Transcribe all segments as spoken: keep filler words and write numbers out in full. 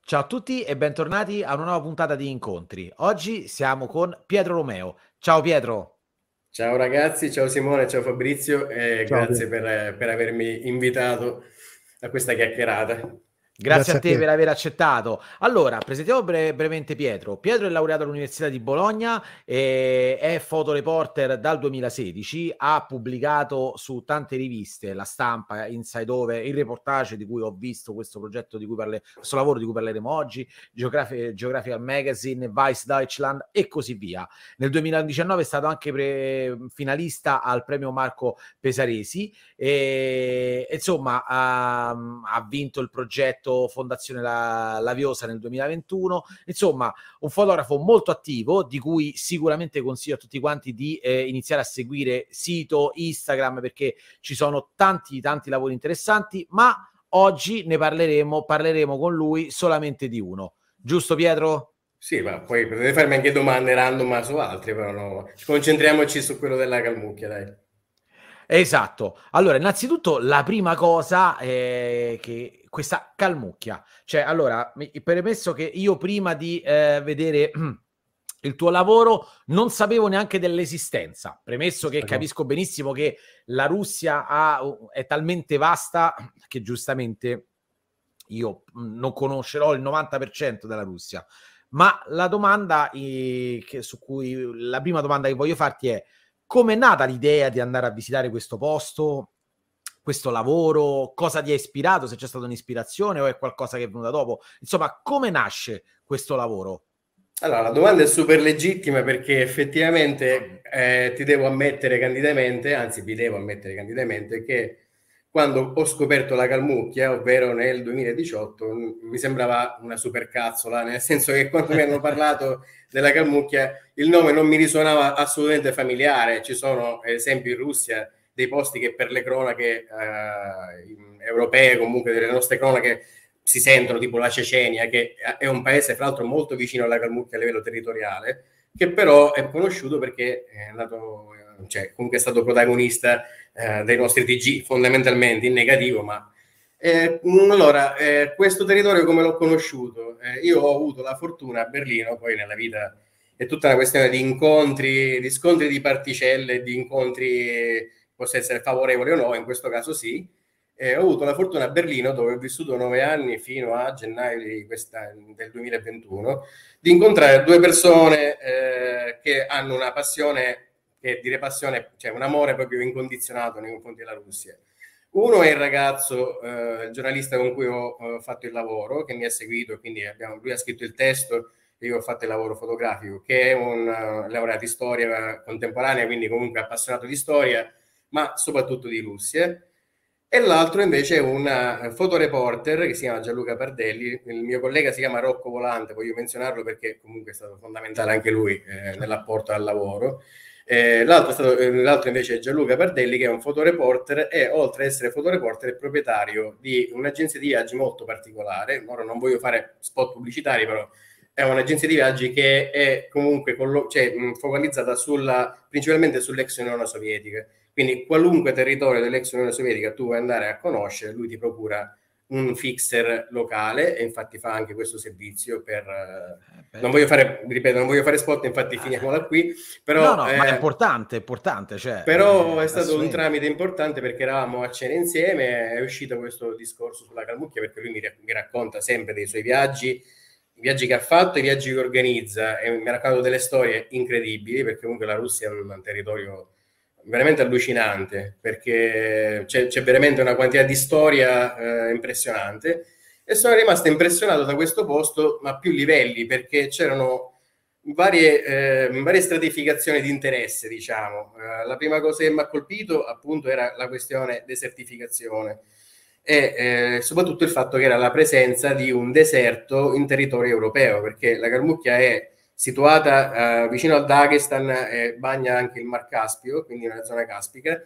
Ciao a tutti e bentornati a una nuova puntata di Incontri. Oggi siamo con Pietro Romeo. Ciao Pietro. Ciao ragazzi, ciao Simone, ciao Fabrizio e Ciao grazie Pietro. per, per avermi invitato a questa chiacchierata. Grazie a Grazie a te te. per aver accettato. Allora, presentiamo bre- brevemente Pietro. Pietro è laureato all'Università di Bologna, e è fotoreporter dal duemilasedici, ha pubblicato su tante riviste, La Stampa, Inside Over, il reportage di cui ho visto questo progetto di cui parle, questo lavoro di cui parleremo oggi, Geograph- Geographical Magazine, Vice Deutschland e così via. Nel duemiladiciannove è stato anche pre- finalista al premio Marco Pesaresi e insomma ha, ha vinto il progetto Fondazione La, Laviosa nel duemilaventuno. Insomma, un fotografo molto attivo di cui sicuramente consiglio a tutti quanti di eh, iniziare a seguire sito, Instagram, perché ci sono tanti tanti lavori interessanti, ma oggi ne parleremo, parleremo con lui solamente di uno. Giusto Pietro? Sì, ma poi potete farmi anche domande random su altri, però no. Concentriamoci su quello della Calmucchia, dai. Esatto. Allora, innanzitutto la prima cosa è che questa calmucchia, cioè allora, mi- premesso che io prima di eh, vedere il tuo lavoro non sapevo neanche dell'esistenza, premesso che Okay. capisco benissimo che la Russia ha- è talmente vasta che giustamente io mh, non conoscerò il novanta per cento della Russia, ma la domanda eh, che, su cui la prima domanda che voglio farti è: come è nata l'idea di andare a visitare questo posto, questo lavoro? Cosa ti ha ispirato? Se c'è stata un'ispirazione o è qualcosa che è venuta dopo? Insomma, come nasce questo lavoro? Allora, la domanda è super legittima perché effettivamente eh, ti devo ammettere candidamente, anzi vi devo ammettere candidamente, che quando ho scoperto la Calmucchia, ovvero nel duemiladiciotto, m- mi sembrava una supercazzola, nel senso che quando mi hanno parlato della Calmucchia il nome non mi risuonava assolutamente familiare. Ci sono, ad esempio, in Russia dei posti che per le cronache eh, europee, comunque delle nostre cronache, si sentono, tipo la Cecenia, che è un paese fra l'altro molto vicino alla Calmucchia a livello territoriale, che però è conosciuto perché è andato, cioè, comunque è stato protagonista eh, dei nostri T G, fondamentalmente in negativo, ma eh, allora, eh, questo territorio come l'ho conosciuto? Eh, io ho avuto la fortuna a Berlino, poi nella vita è tutta una questione di incontri, di scontri di particelle, di incontri, possa essere favorevoli o no, in questo caso sì. Eh, ho avuto la fortuna a Berlino, dove ho vissuto nove anni fino a gennaio di questa, del duemilaventuno, di incontrare due persone eh, che hanno una passione, che dire passione, cioè un amore proprio incondizionato nei confronti della Russia. Uno è il ragazzo, eh, il giornalista con cui ho eh, fatto il lavoro, che mi ha seguito, quindi abbiamo, lui ha scritto il testo e io ho fatto il lavoro fotografico, che è un uh, laureato in storia contemporanea, quindi comunque appassionato di storia, ma soprattutto di Russia. E l'altro invece è un uh, fotoreporter che si chiama Gianluca Pardelli. Il mio collega si chiama Rocco Volante, voglio menzionarlo perché comunque è stato fondamentale anche lui eh, nell'apporto al lavoro. Eh, l'altro, è stato, eh, l'altro invece è Gianluca Pardelli, che è un fotoreporter e oltre ad essere fotoreporter è proprietario di un'agenzia di viaggi molto particolare. Ora non voglio fare spot pubblicitari, però è un'agenzia di viaggi che è comunque collo- cioè, mh, focalizzata sulla, principalmente sull'ex Unione Sovietica. Quindi qualunque territorio dell'ex Unione Sovietica tu vuoi andare a conoscere, lui ti procura un fixer locale e infatti fa anche questo servizio per... Eh, Eh beh. non voglio fare, ripeto, non voglio fare spot, infatti Ah. finiamola qui, No, però... no, ma è Eh, importante, è importante, cioè, però è eh, stato un assolutamente. tramite importante perché eravamo a cena insieme, è uscito questo discorso sulla Calmucchia perché lui mi, mi racconta sempre dei suoi viaggi, i viaggi che ha fatto, i viaggi che organizza e mi ha raccontato delle storie incredibili perché comunque la Russia è un territorio veramente allucinante perché c'è, c'è veramente una quantità di storia eh, impressionante e sono rimasto impressionato da questo posto ma a più livelli perché c'erano varie, eh, varie stratificazioni di interesse, diciamo. Eh, la prima cosa che mi ha colpito appunto era la questione desertificazione e eh, soprattutto il fatto che era la presenza di un deserto in territorio europeo, perché la Calmucchia è situata eh, vicino al Dagestan e bagna anche il Mar Caspio, quindi una zona caspica,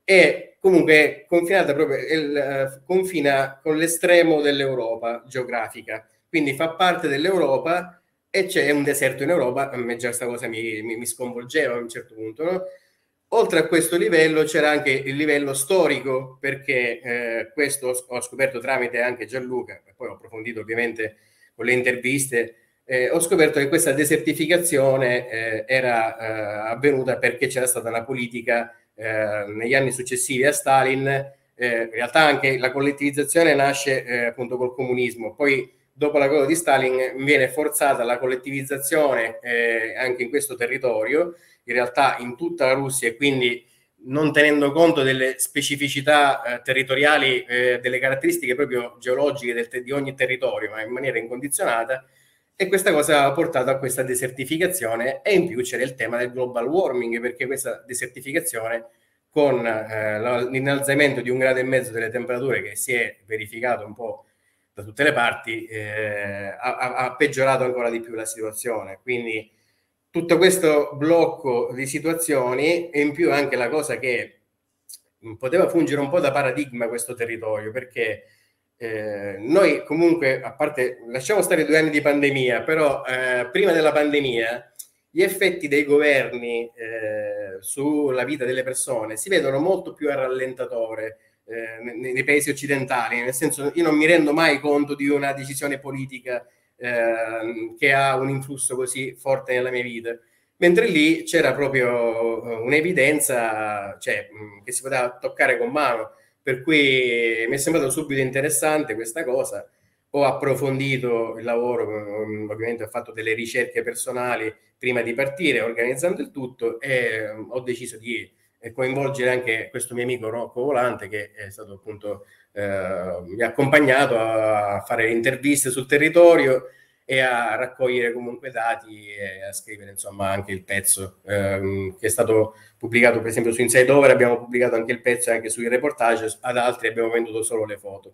e comunque confinata proprio, il, eh, confina con l'estremo dell'Europa geografica, quindi fa parte dell'Europa e c'è un deserto in Europa. A me già questa cosa mi, mi, mi sconvolgeva a un certo punto, no? Oltre a questo livello c'era anche il livello storico, perché eh, questo ho scoperto tramite anche Gianluca, e poi ho approfondito ovviamente con le interviste, eh, ho scoperto che questa desertificazione eh, era eh, avvenuta perché c'era stata una politica eh, negli anni successivi a Stalin. Eh, in realtà anche la collettivizzazione nasce eh, appunto col comunismo, poi dopo la caduta di Stalin viene forzata la collettivizzazione eh, anche in questo territorio, in realtà in tutta la Russia, e quindi non tenendo conto delle specificità eh, territoriali, eh, delle caratteristiche proprio geologiche del te- di ogni territorio, ma in maniera incondizionata. E questa cosa ha portato a questa desertificazione, e in più c'era il tema del global warming, perché questa desertificazione, con eh, l'innalzamento di un grado e mezzo delle temperature che si è verificato un po' da tutte le parti, eh, ha, ha peggiorato ancora di più la situazione. Quindi tutto questo blocco di situazioni, e in più anche la cosa che poteva fungere un po' da paradigma questo territorio, perché eh, noi comunque, a parte, lasciamo stare due anni di pandemia, però eh, prima della pandemia gli effetti dei governi eh, sulla vita delle persone si vedono molto più a rallentatore eh, nei, nei paesi occidentali, nel senso, io non mi rendo mai conto di una decisione politica eh, che ha un influsso così forte nella mia vita, mentre lì c'era proprio un'evidenza, cioè, che si poteva toccare con mano, per cui mi è sembrato subito interessante questa cosa. Ho approfondito il lavoro, ovviamente ho fatto delle ricerche personali prima di partire, organizzando il tutto, e ho deciso di coinvolgere anche questo mio amico Rocco Volante, che è stato appunto eh, mi ha accompagnato a fare interviste sul territorio e a raccogliere comunque dati e a scrivere insomma anche il pezzo ehm, che è stato pubblicato per esempio su Inside Over. Abbiamo pubblicato anche il pezzo e anche sui reportage, ad altri abbiamo venduto solo le foto.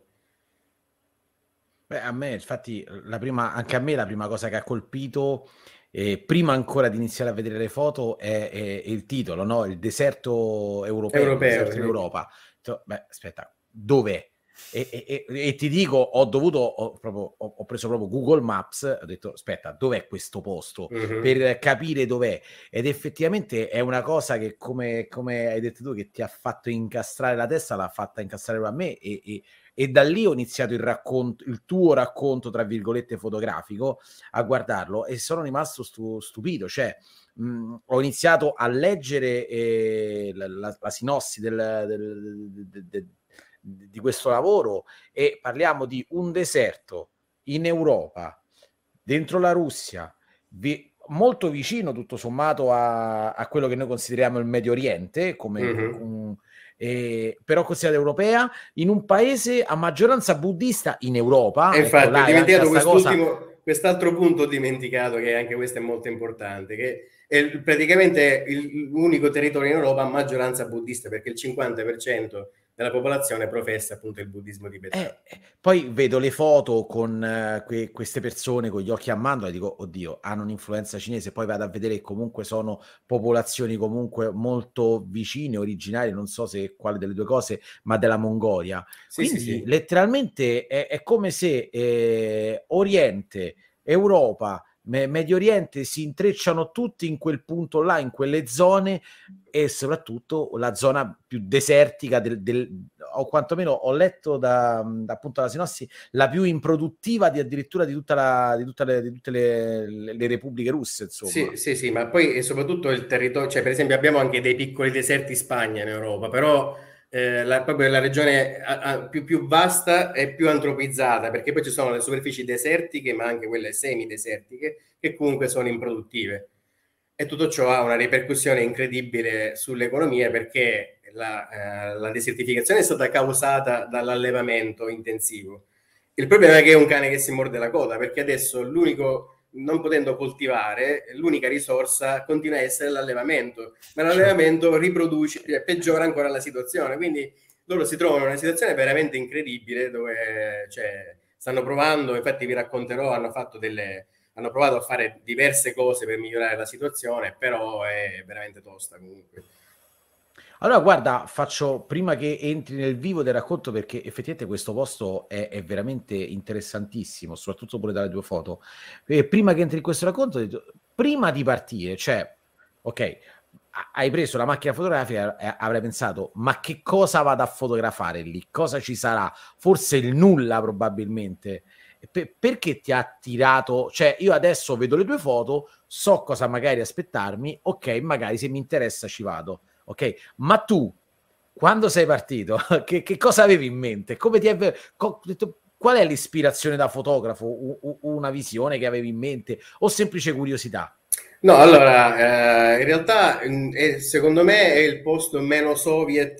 Beh, a me infatti la prima, anche a me la prima cosa che ha colpito eh, prima ancora di iniziare a vedere le foto è, è, è il titolo, no? Il deserto europeo, Europeo, il deserto in sì. Europa. Beh, aspetta, dov'è? E, e, e, e ti dico, ho dovuto, ho, proprio, ho, ho preso proprio Google Maps, ho detto, aspetta, dov'è questo posto? Mm-hmm. Per capire dov'è. Ed effettivamente è una cosa che, come, come hai detto tu, che ti ha fatto incastrare la testa, l'ha fatta incastrare a me, e, e, e da lì ho iniziato il racconto, il tuo racconto, tra virgolette, fotografico, a guardarlo, e sono rimasto stu, stupito, cioè mh, ho iniziato a leggere eh, la, la, la sinossi del, del, del, del di questo lavoro, e parliamo di un deserto in Europa, dentro la Russia, vi, molto vicino tutto sommato a, a quello che noi consideriamo il Medio Oriente, come, mm-hmm. com, eh, però considerata europea, in un paese a maggioranza buddista in Europa. E infatti, ecco, ho dimenticato quest'ultimo, cosa... quest'altro punto ho dimenticato, che anche questo è molto importante, che è praticamente il, l'unico territorio in Europa a maggioranza buddista, perché il cinquanta per cento della popolazione professa appunto il buddismo tibetano. Eh, poi vedo le foto con uh, que- queste persone con gli occhi a mandorla e dico, oddio, hanno un'influenza cinese. Poi vado a vedere che comunque sono popolazioni comunque molto vicine, originali, non so se quale delle due cose, ma della Mongolia. Sì, quindi sì, sì. letteralmente è, è come se eh, Oriente, Europa, Medio Oriente si intrecciano tutti in quel punto là, in quelle zone, e soprattutto la zona più desertica del, del o quantomeno ho letto da, da appunto la sinossi, la più improduttiva di addirittura di, tutta la, di, tutta le, di tutte le, le, le repubbliche russe, insomma. Sì, sì, sì, ma poi e soprattutto il territorio, cioè per esempio abbiamo anche dei piccoli deserti in Spagna, in Europa, però eh, la, proprio la regione a, a, più, più vasta e più antropizzata, perché poi ci sono le superfici desertiche, ma anche quelle semidesertiche, che comunque sono improduttive. E tutto ciò ha una ripercussione incredibile sull'economia, perché la, eh, la desertificazione è stata causata dall'allevamento intensivo. Il problema è che è un cane che si morde la coda, perché adesso l'unico, non potendo coltivare, l'unica risorsa continua a essere l'allevamento, ma l'allevamento riproduce, peggiora ancora la situazione. Quindi loro si trovano in una situazione veramente incredibile, dove cioè, stanno provando, infatti vi racconterò, hanno fatto delle... hanno provato a fare diverse cose per migliorare la situazione, però è veramente tosta comunque. Allora, guarda, faccio, prima che entri nel vivo del racconto, perché effettivamente questo posto è, è veramente interessantissimo, soprattutto pure dalle due foto. E prima che entri in questo racconto, prima di partire, cioè, ok, hai preso la macchina fotografica e avrai pensato, ma che cosa vado a fotografare lì? Cosa ci sarà? Forse il nulla, probabilmente. per, perché ti ha attirato? Cioè, io adesso vedo le tue foto, so cosa magari aspettarmi, ok, magari se mi interessa ci vado, ok? Ma tu, quando sei partito, che, che cosa avevi in mente? Come ti è, co, qual è l'ispirazione da fotografo? U, u, una visione che avevi in mente o semplice curiosità? No, allora, eh, in realtà mh, è, secondo me è il posto meno soviet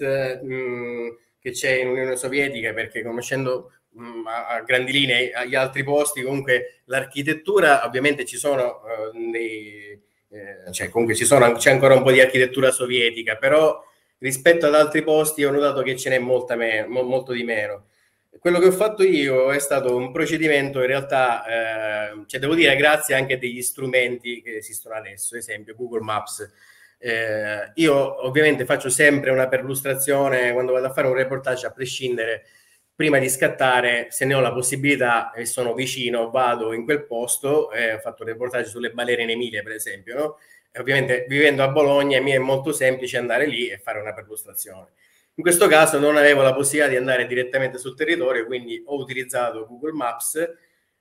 mh, che c'è in Unione Sovietica, perché conoscendo mh, a, a grandi linee agli altri posti, comunque l'architettura, ovviamente ci sono eh, dei, eh, cioè comunque ci sono, c'è ancora un po' di architettura sovietica, però rispetto ad altri posti ho notato che ce n'è molta me, mo, molto di meno. Quello che ho fatto io è stato un procedimento in realtà, eh, cioè devo dire grazie anche a degli strumenti che esistono adesso, ad esempio Google Maps. Eh, io ovviamente faccio sempre una perlustrazione quando vado a fare un reportage, a prescindere, prima di scattare, se ne ho la possibilità e sono vicino, vado in quel posto. Eh, ho fatto un reportage sulle balene in Emilia, per esempio, no? E ovviamente vivendo a Bologna mi è molto semplice andare lì e fare una perlustrazione. In questo caso non avevo la possibilità di andare direttamente sul territorio, quindi ho utilizzato Google Maps,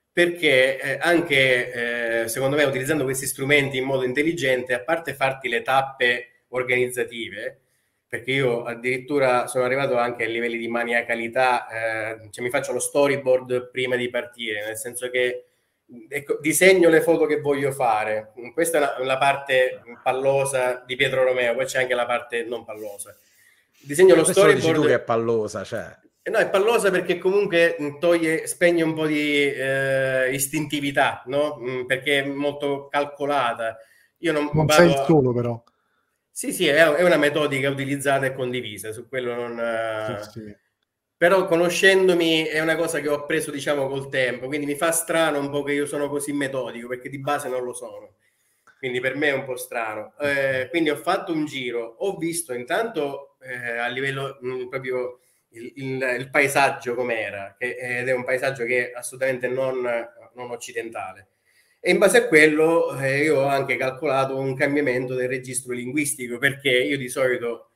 perché eh, anche eh, secondo me utilizzando questi strumenti in modo intelligente, a parte farti le tappe organizzative, perché io addirittura sono arrivato anche a livelli di maniacalità, eh, cioè mi faccio lo storyboard prima di partire, nel senso che ecco, disegno le foto che voglio fare. Questa è la, la parte pallosa di Pietro Romeo, poi c'è anche la parte non pallosa. Disegno lo Questo lo dici tu che è storyboard. pallosa, cioè. No, è pallosa perché comunque toglie, spegne un po' di eh, istintività, no? Mm, perché è molto calcolata. Io non, non vado sei il a... solo, però. Sì, sì, è, è una metodica utilizzata e condivisa, su quello non... Sì, eh, sì. Però conoscendomi è una cosa che ho appreso, diciamo, col tempo, quindi mi fa strano un po' che io sono così metodico, perché di base non lo sono. Quindi per me è un po' strano. Eh, quindi ho fatto un giro, ho visto intanto eh, a livello mh, proprio il, il, il paesaggio com'era, che, ed è un paesaggio che è assolutamente non, non occidentale. E in base a quello eh, io ho anche calcolato un cambiamento del registro linguistico, perché io di solito,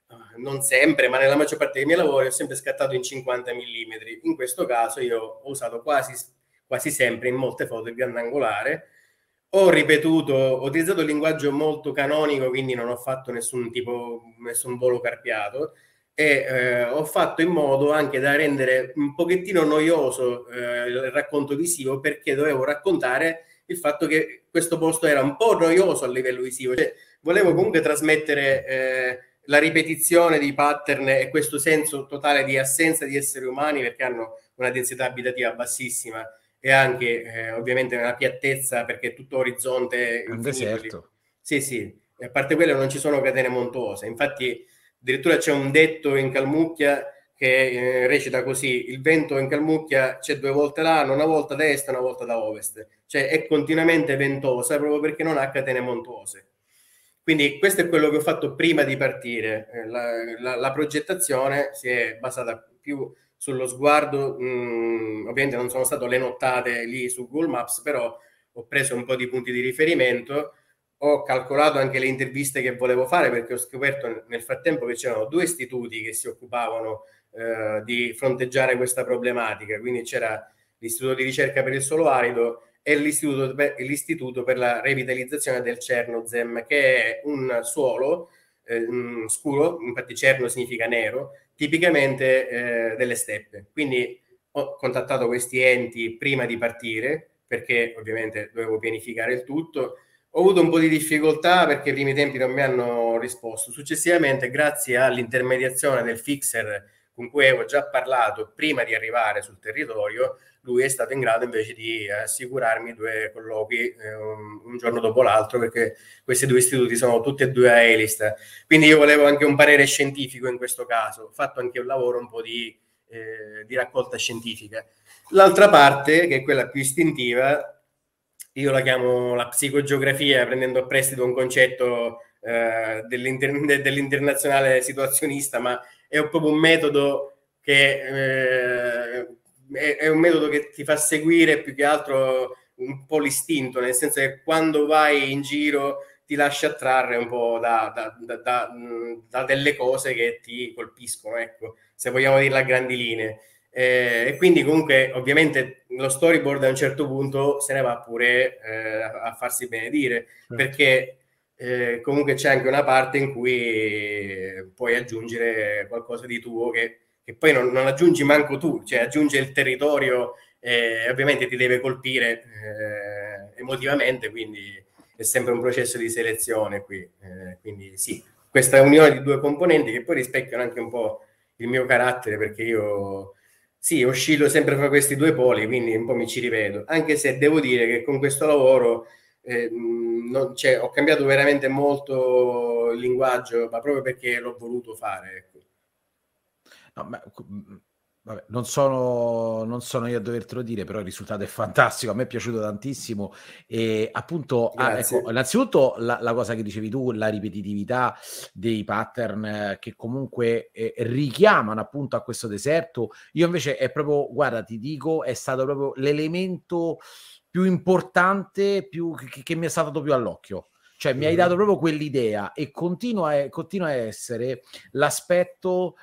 non sempre, ma nella maggior parte dei miei lavori ho sempre scattato in cinquanta millimetri. In questo caso io ho usato quasi, quasi sempre in molte foto il grandangolare. Ho ripetuto, ho utilizzato il linguaggio molto canonico, quindi non ho fatto nessun tipo, nessun volo carpiato, e eh, ho fatto in modo anche da rendere un pochettino noioso eh, il racconto visivo, perché dovevo raccontare il fatto che questo posto era un po' noioso a livello visivo. Cioè, volevo comunque trasmettere eh, la ripetizione di pattern e questo senso totale di assenza di esseri umani, perché hanno una densità abitativa bassissima e anche eh, ovviamente una piattezza, perché è tutto orizzonte Un infinito. deserto. Sì, sì, e a parte quello non ci sono catene montuose. Infatti addirittura c'è un detto in Calmucchia che eh, recita così: il vento in Calmucchia c'è due volte l'anno, una volta da est e una volta da ovest, cioè è continuamente ventosa proprio perché non ha catene montuose. Quindi questo è quello che ho fatto prima di partire. La, la, la progettazione si è basata più sullo sguardo, mh, ovviamente non sono stato le nottate lì su Google Maps, però ho preso un po' di punti di riferimento, ho calcolato anche le interviste che volevo fare, perché ho scoperto nel frattempo che c'erano due istituti che si occupavano eh, di fronteggiare questa problematica, quindi c'era l'Istituto di ricerca per il suolo arido e l'istituto per, l'istituto per la revitalizzazione del Cernozem, che è un suolo eh, scuro, infatti cerno significa nero, tipicamente eh, delle steppe. Quindi ho contattato questi enti prima di partire, perché ovviamente dovevo pianificare il tutto. Ho avuto un po' di difficoltà perché i primi tempi non mi hanno risposto. Successivamente, grazie all'intermediazione del fixer con cui avevo già parlato prima di arrivare sul territorio, lui è stato in grado invece di assicurarmi due colloqui eh, un, un giorno dopo l'altro, perché questi due istituti sono tutti e due a Elista. Quindi io volevo anche un parere scientifico in questo caso. Ho fatto anche un lavoro un po' di, eh, di raccolta scientifica. L'altra parte, che è quella più istintiva, io la chiamo la psicogeografia, prendendo a prestito un concetto eh, dell'inter- dell'internazionale situazionista, ma è proprio un metodo che eh, è, è un metodo che ti fa seguire più che altro un po' l'istinto, nel senso che quando vai in giro ti lascia attrarre un po' da, da, da, da, da delle cose che ti colpiscono, ecco, se vogliamo dirla a grandi linee. Eh, e quindi comunque ovviamente lo storyboard a un certo punto se ne va pure eh, a farsi benedire, certo. perché eh, comunque c'è anche una parte in cui puoi aggiungere qualcosa di tuo che, che poi non, non aggiungi manco tu, cioè aggiunge il territorio e ovviamente ti deve colpire eh, emotivamente, quindi è sempre un processo di selezione qui. Eh, quindi sì, questa unione di due componenti che poi rispecchiano anche un po' il mio carattere, perché io sì, oscillo sempre fra questi due poli, quindi un po' mi ci rivedo, anche se devo dire che con questo lavoro eh, non, cioè, ho cambiato veramente molto il linguaggio, ma proprio perché l'ho voluto fare. Ecco. No, ma, vabbè, non sono, non sono io a dovertelo dire, però il risultato è fantastico, a me è piaciuto tantissimo e appunto, ah, ecco, innanzitutto la, la cosa che dicevi tu, la ripetitività dei pattern eh, che comunque eh, richiamano appunto a questo deserto, io invece è proprio, guarda, ti dico, è stato proprio l'elemento più importante, più, che, che mi è stato più all'occhio. Cioè, mi hai dato proprio quell'idea e continua a, continua a essere l'aspetto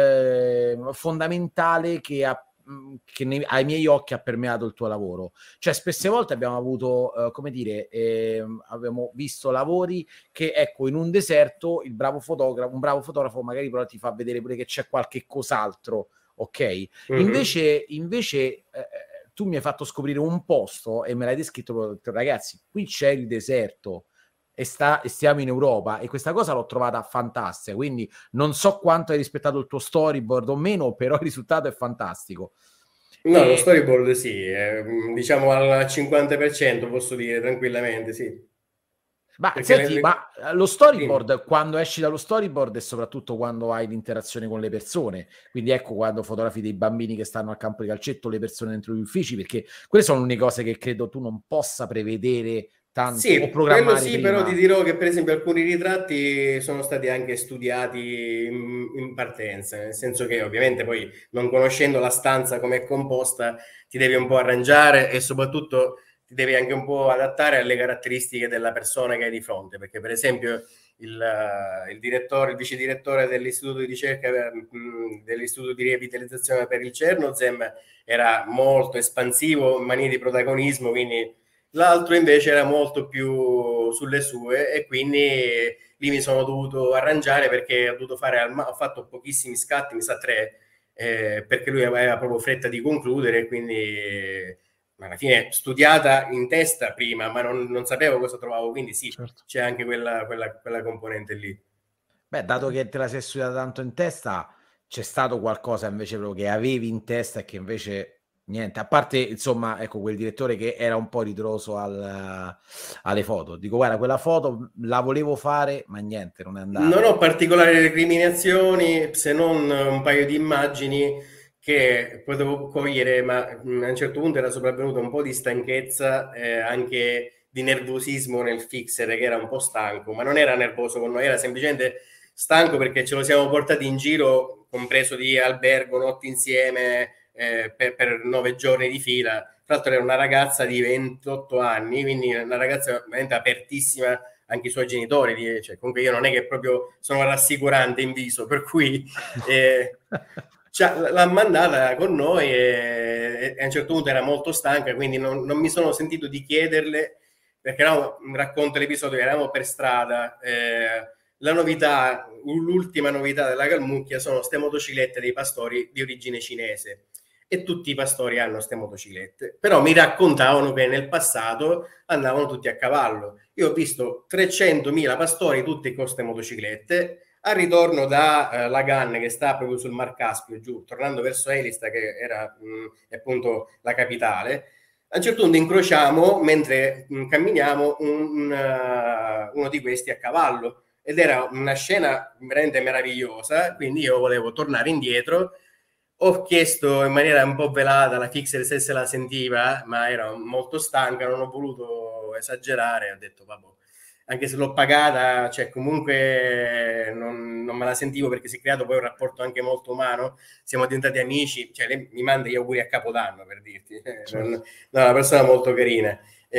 eh, fondamentale che, ha, che nei, ai miei occhi ha permeato il tuo lavoro. Cioè, spesse volte abbiamo avuto, eh, come dire, eh, abbiamo visto lavori che, ecco, in un deserto il bravo fotografo, un bravo fotografo magari però ti fa vedere pure che c'è qualche cos'altro, ok? Mm-hmm. Invece, invece eh, tu mi hai fatto scoprire un posto e me l'hai descritto, ragazzi, qui c'è il deserto. E, sta, e stiamo in Europa e questa cosa l'ho trovata fantastica, quindi non so quanto hai rispettato il tuo storyboard o meno, però il risultato è fantastico. No, e... lo storyboard sì, eh, diciamo al cinquanta per cento posso dire tranquillamente, sì. Ma, senti, le... ma lo storyboard, Dimmi. Quando esci dallo storyboard è soprattutto quando hai l'interazione con le persone, quindi ecco quando fotografi dei bambini che stanno al campo di calcetto, le persone dentro gli uffici, perché quelle sono le cose che credo tu non possa prevedere tanto sì, o programmare quello sì, prima. però ti dirò che per esempio alcuni ritratti sono stati anche studiati in, in partenza, nel senso che ovviamente poi non conoscendo la stanza come è composta ti devi un po' arrangiare e soprattutto ti devi anche un po' adattare alle caratteristiche della persona che hai di fronte, perché per esempio il, il direttore, il vice direttore dell'istituto di ricerca, dell'istituto di rivitalizzazione per il Cernozem era molto espansivo in mania di protagonismo, quindi l'altro invece era molto più sulle sue e quindi lì mi sono dovuto arrangiare perché ho dovuto fare, al ma- ho fatto pochissimi scatti, mi sa tre, eh, perché lui aveva proprio fretta di concludere, quindi ma alla fine studiata in testa prima, ma non, non sapevo cosa trovavo, quindi sì, certo. C'è anche quella, quella, quella componente lì. Beh, dato che te la sei studiata tanto in testa, c'è stato qualcosa invece proprio che avevi in testa e che invece niente, a parte insomma, ecco, quel direttore che era un po' ritroso al, alle foto. Dico, guarda, quella foto la volevo fare, ma niente, non è andata. Non ho particolari recriminazioni, se non un paio di immagini che potevo cogliere, ma a un certo punto era sopravvenuta un po' di stanchezza, eh, anche di nervosismo nel fixer, che era un po' stanco, ma non era nervoso con noi, era semplicemente stanco perché ce lo siamo portati in giro, compreso di albergo, notti insieme, eh, per, per nove giorni di fila. Tra l'altro era una ragazza di ventotto anni, quindi una ragazza veramente apertissima anche i suoi genitori, cioè, comunque io non è che proprio sono rassicurante in viso, per cui eh, cioè, l'ha mandata con noi e, e a un certo punto era molto stanca, quindi non, non mi sono sentito di chiederle, perché no, racconto l'episodio, eravamo per strada, eh, la novità, l'ultima novità della Calmucchia sono ste motociclette dei pastori di origine cinese. E tutti i pastori hanno queste motociclette, però mi raccontavano che nel passato andavano tutti a cavallo. Io ho visto trecentomila pastori tutti con queste motociclette al ritorno da uh, Lagan, che sta proprio sul Mar Caspio giù, tornando verso Elista, che era mh, appunto la capitale. A un certo punto incrociamo, mentre mh, camminiamo, un, uh, uno di questi a cavallo ed era una scena veramente meravigliosa, quindi io volevo tornare indietro. Ho chiesto in maniera un po' velata alla fixer se se la sentiva, ma era molto stanca, non ho voluto esagerare, ho detto vabbè, anche se l'ho pagata, cioè comunque non, non me la sentivo perché si è creato poi un rapporto anche molto umano, siamo diventati amici, cioè lei mi manda gli auguri a Capodanno per dirti, certo. non, no, una persona molto carina.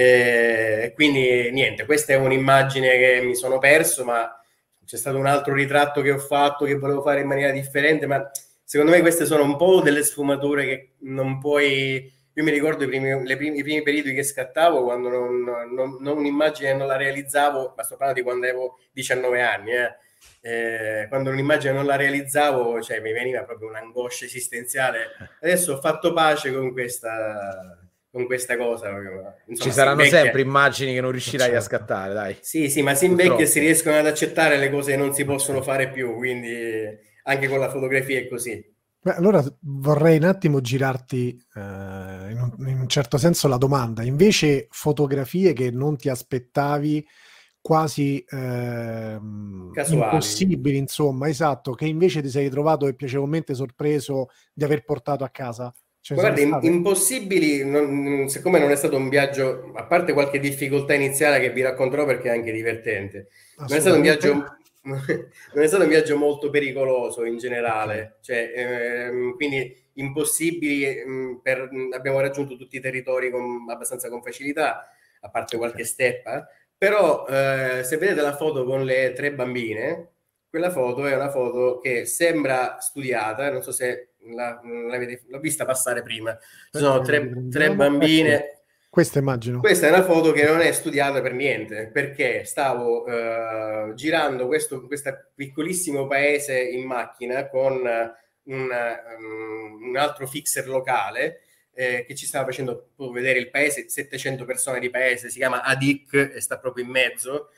E quindi niente, questa è un'immagine che mi sono perso, ma c'è stato un altro ritratto che ho fatto che volevo fare in maniera differente, ma secondo me queste sono un po' delle sfumature che non puoi... Io mi ricordo i primi, le primi, i primi periodi che scattavo quando non, non, non un'immagine non la realizzavo, ma sto parlando di quando avevo diciannove anni, eh. Eh, quando un'immagine non la realizzavo, cioè mi veniva proprio un'angoscia esistenziale. Adesso ho fatto pace con questa, con questa cosa. Insomma, ci saranno sempre immagini che non riuscirai certo. a scattare, dai. Sì, sì, ma si invecchia e si riescono ad accettare le cose che non si possono certo. fare più, quindi anche con la fotografia è così. Beh, allora vorrei un attimo girarti eh, in, un, in un certo senso la domanda. Invece fotografie che non ti aspettavi, quasi eh, impossibili, insomma, esatto, che invece ti sei trovato e piacevolmente sorpreso di aver portato a casa? Cioè, guarda, in, impossibili, non, siccome non è stato un viaggio, a parte qualche difficoltà iniziale che vi racconterò perché è anche divertente, non è stato un viaggio... non è stato un viaggio molto pericoloso in generale, cioè, ehm, quindi impossibili, mh, per, mh, abbiamo raggiunto tutti i territori con, abbastanza con facilità, a parte qualche steppa, però eh, se vedete la foto con le tre bambine, quella foto è una foto che sembra studiata, non so se la, l'avete, l'ho vista passare prima, ci sono tre, tre bambine... Questa immagino. Questa è una foto che non è studiata per niente, perché stavo uh, girando questo, questo piccolissimo paese in macchina con un, um, un altro fixer locale eh, che ci stava facendo vedere il paese, settecento persone di paese, si chiama Adik e sta proprio in mezzo.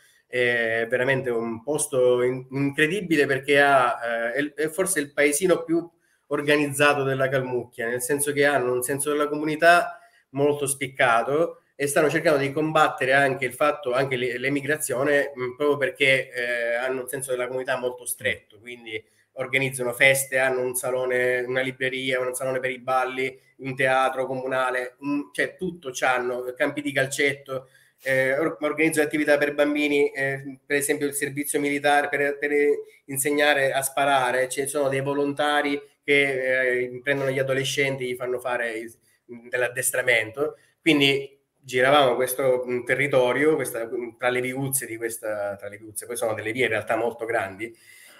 È veramente un posto in, incredibile perché ha, eh, è, è forse il paesino più organizzato della Calmucchia, nel senso che hanno un senso della comunità molto spiccato e stanno cercando di combattere anche il fatto, anche l'emigrazione, proprio perché eh, hanno un senso della comunità molto stretto, quindi organizzano feste, hanno un salone, una libreria, un salone per i balli, un teatro comunale, un, cioè tutto c'hanno, campi di calcetto, eh, organizzano attività per bambini, eh, per esempio il servizio militare per, per insegnare a sparare, ci sono dei volontari che eh, prendono gli adolescenti, gli fanno fare il, dell'addestramento, quindi giravamo questo mh, territorio questa, mh, tra le viuzze di questa, tra le viuzze, poi sono delle vie in realtà molto grandi,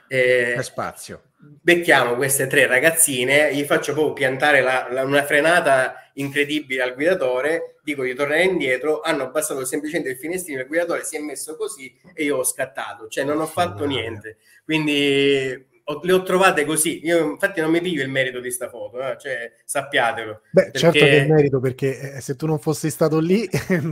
eh, spazio. Becchiamo queste tre ragazzine, gli faccio proprio piantare la, la, una frenata incredibile al guidatore, dico di tornare indietro, hanno abbassato semplicemente il finestrino, il guidatore si è messo così e io ho scattato, cioè non ho fatto niente, quindi le ho trovate così. Io infatti non mi piglio il merito di sta foto, eh? Cioè sappiatelo. Beh, perché... certo che è merito, perché eh, se tu non fossi stato lì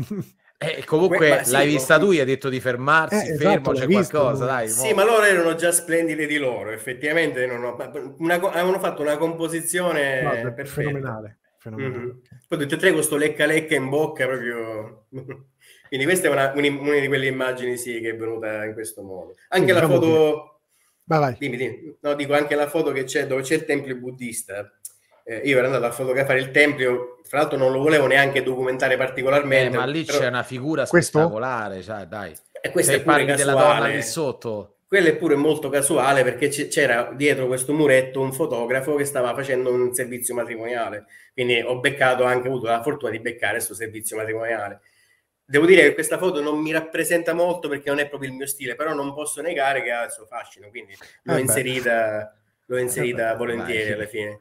eh, comunque ma, l'hai sì, vista tu, gli hai detto di fermarsi, eh, fermo, esatto, c'è visto, qualcosa, no? Dai. Sì, mo. Ma loro erano già splendide di loro, effettivamente non ho, una, avevano fatto una composizione no, perfetta. Fenomenale, fenomenale. Mm-hmm. Poi tutte e tre con sto lecca lecca in bocca proprio. Quindi questa è una, una di quelle immagini sì che è venuta in questo modo. Anche sì, la diciamo foto che... Vai, vai. Dimmi, dimmi. No, dico anche la foto che c'è dove c'è il tempio buddista. Eh, io ero andato a fotografare il tempio, fra l'altro non lo volevo neanche documentare particolarmente. Eh, ma lì però... c'è una figura questo? spettacolare, cioè, dai. E questa se è pure parli casuale. Della donna lì sotto. Quella è pure molto casuale perché c'era dietro questo muretto un fotografo che stava facendo un servizio matrimoniale. Quindi ho beccato, anche avuto la fortuna di beccare questo servizio matrimoniale. Devo dire che questa foto non mi rappresenta molto perché non è proprio il mio stile, però non posso negare che ha il suo fascino, quindi l'ho eh inserita, l'ho inserita eh volentieri vai. Alla fine.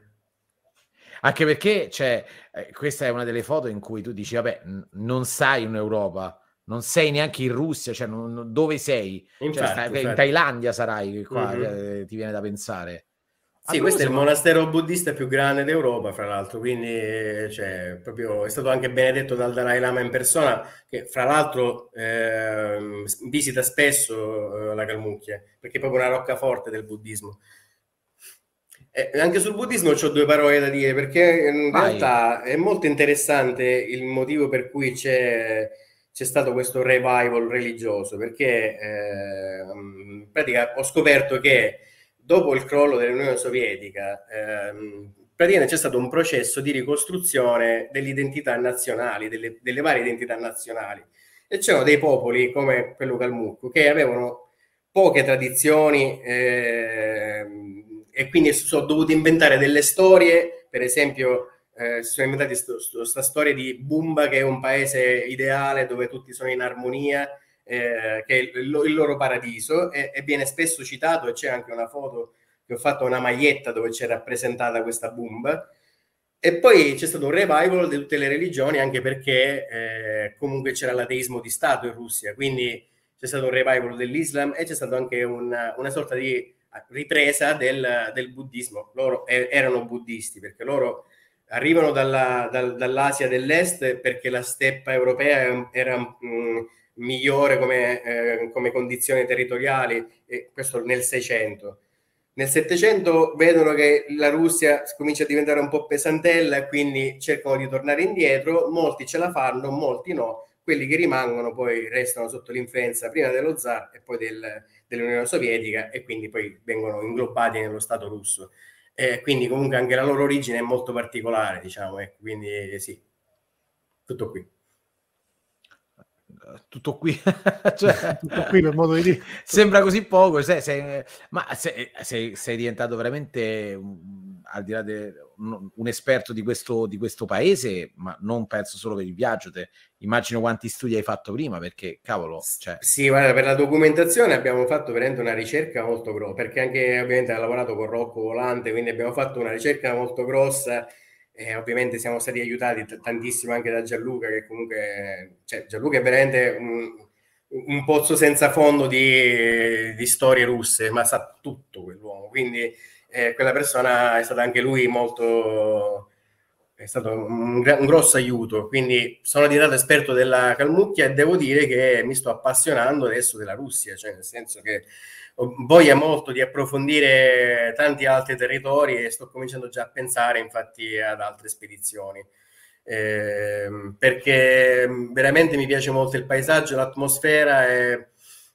Anche perché cioè, eh, questa è una delle foto in cui tu dici, vabbè, n- non sai in Europa, non sei neanche in Russia, cioè non, non, dove sei? Infatti, cioè, stai, infatti. In Thailandia sarai qua, mm-hmm. eh, ti viene da pensare. Sì, questo è il monastero buddista più grande d'Europa, fra l'altro, quindi cioè, proprio, è stato anche benedetto dal Dalai Lama in persona, che fra l'altro eh, visita spesso eh, la Calmucchia, perché è proprio una roccaforte del buddismo. E anche sul buddismo c'ho due parole da dire, perché in Vai. realtà è molto interessante il motivo per cui c'è, c'è stato questo revival religioso, perché eh, in pratica ho scoperto che dopo il crollo dell'Unione Sovietica, ehm, praticamente c'è stato un processo di ricostruzione delle identità nazionali, delle, delle varie identità nazionali. E c'erano dei popoli come quello calmucco che avevano poche tradizioni eh, e quindi sono dovuti inventare delle storie, per esempio eh, si sono inventati questa storia di Bumba, che è un paese ideale dove tutti sono in armonia, Eh, che è il, il loro paradiso e, e viene spesso citato, e c'è anche una foto che ho fatto una maglietta dove c'è rappresentata questa bomba. E poi c'è stato un revival di tutte le religioni, anche perché eh, comunque c'era l'ateismo di Stato in Russia, quindi c'è stato un revival dell'Islam e c'è stata anche una, una sorta di ripresa del, del buddismo. Loro eh, erano buddisti, perché loro arrivano dalla, dal, dall'Asia dell'Est, perché la steppa europea era mh, migliore come, eh, come condizioni territoriali, e questo nel Seicento. Nel Settecento vedono che la Russia comincia a diventare un po' pesantella e quindi cercano di tornare indietro. Molti ce la fanno, molti no. Quelli che rimangono poi restano sotto l'influenza prima dello zar e poi del, dell'Unione Sovietica, e quindi poi vengono inglobati nello Stato russo. Eh, quindi comunque anche la loro origine è molto particolare, diciamo, eh. Quindi eh, sì, tutto qui. Tutto qui, cioè, tutto qui per modo di dire. Sembra così poco, sei, sei, ma sei, sei, sei diventato veramente um, al di là de, un, un esperto di questo, di questo paese, ma non penso solo per il viaggio. Te, immagino quanti studi hai fatto prima, perché cavolo, cioè... Sì, guarda, per la documentazione abbiamo fatto veramente una ricerca molto grossa, perché anche ovviamente ha lavorato con Rocco Volante, quindi abbiamo fatto una ricerca molto grossa. E ovviamente siamo stati aiutati t- tantissimo anche da Gianluca, che comunque, cioè, Gianluca è veramente un, un pozzo senza fondo di, di storie russe, ma sa tutto quell'uomo, quindi eh, quella persona è stata anche lui molto, è stato un, un grosso aiuto. Quindi sono diventato esperto della Calmucchia e devo dire che mi sto appassionando adesso della Russia, cioè nel senso che ho voglia molto di approfondire tanti altri territori e sto cominciando già a pensare infatti ad altre spedizioni, eh, perché veramente mi piace molto il paesaggio, l'atmosfera, e,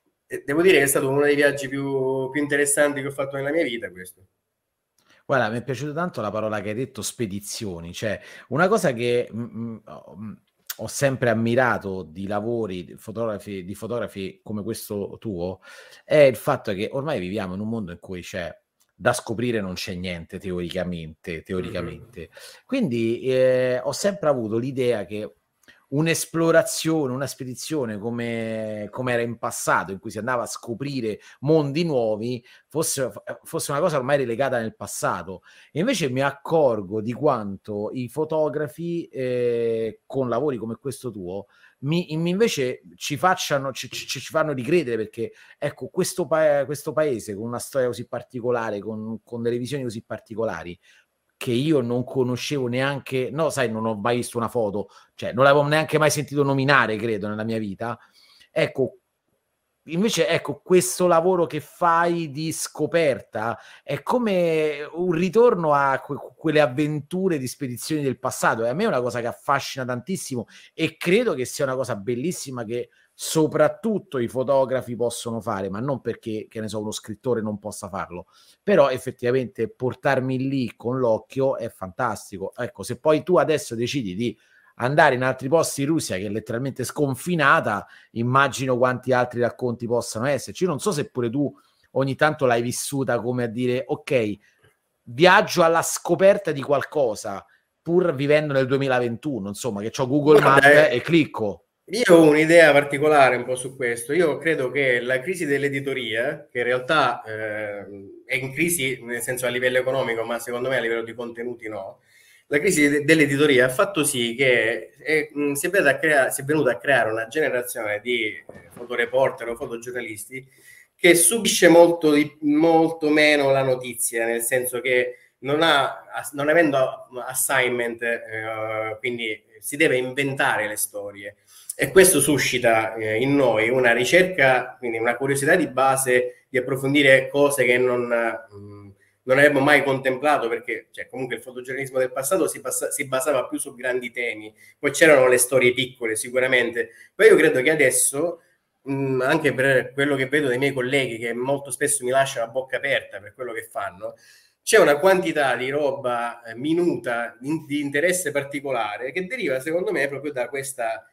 e devo dire che è stato uno dei viaggi più, più interessanti che ho fatto nella mia vita questo. Guarda, mi è piaciuta tanto la parola che hai detto, spedizioni, cioè una cosa che mh, mh, ho sempre ammirato di lavori di fotografi, di fotografi come questo tuo, è il fatto che ormai viviamo in un mondo in cui c'è da scoprire, non c'è niente teoricamente, teoricamente. Mm-hmm. Quindi eh, ho sempre avuto l'idea che un'esplorazione, una spedizione come, come era in passato, in cui si andava a scoprire mondi nuovi, fosse, fosse una cosa ormai relegata nel passato. E invece mi accorgo di quanto i fotografi eh, con lavori come questo tuo mi, invece ci facciano, ci, ci, ci fanno ricredere, perché ecco, questo, pa- questo paese con una storia così particolare, con, con delle visioni così particolari, che io non conoscevo neanche, no, sai, non ho mai visto una foto, cioè non l'avevo neanche mai sentito nominare, credo, nella mia vita. Ecco, invece, ecco, questo lavoro che fai di scoperta è come un ritorno a que- quelle avventure di spedizioni del passato, e a me è una cosa che affascina tantissimo, e credo che sia una cosa bellissima che soprattutto i fotografi possono fare, ma non perché, che ne so, uno scrittore non possa farlo, però effettivamente portarmi lì con l'occhio è fantastico. Ecco, se poi tu adesso decidi di andare in altri posti in Russia, che è letteralmente sconfinata, immagino quanti altri racconti possano esserci. Non so se pure tu ogni tanto l'hai vissuta come a dire, ok, viaggio alla scoperta di qualcosa, pur vivendo nel duemilaventuno, insomma, che ho Google Maps e clicco. Io ho un'idea particolare un po' su questo. Io credo che la crisi dell'editoria, che in realtà eh, è in crisi nel senso a livello economico, ma secondo me a livello di contenuti no, la crisi de- dell'editoria ha fatto sì che è, mh, si, è venuta a crea- si è venuta a creare una generazione di eh, fotoreporter o fotogiornalisti che subisce molto, di, molto meno la notizia, nel senso che non, ha, non avendo assignment, eh, quindi si deve inventare le storie. E questo suscita eh, in noi una ricerca, quindi una curiosità di base di approfondire cose che non, mh, non avremmo mai contemplato, perché cioè, comunque il fotogiornalismo del passato si, passa, si basava più su grandi temi, poi c'erano le storie piccole sicuramente, ma io credo che adesso, mh, anche per quello che vedo dai miei colleghi, che molto spesso mi lasciano a bocca aperta per quello che fanno, c'è una quantità di roba eh, minuta, di, di interesse particolare, che deriva secondo me proprio da questa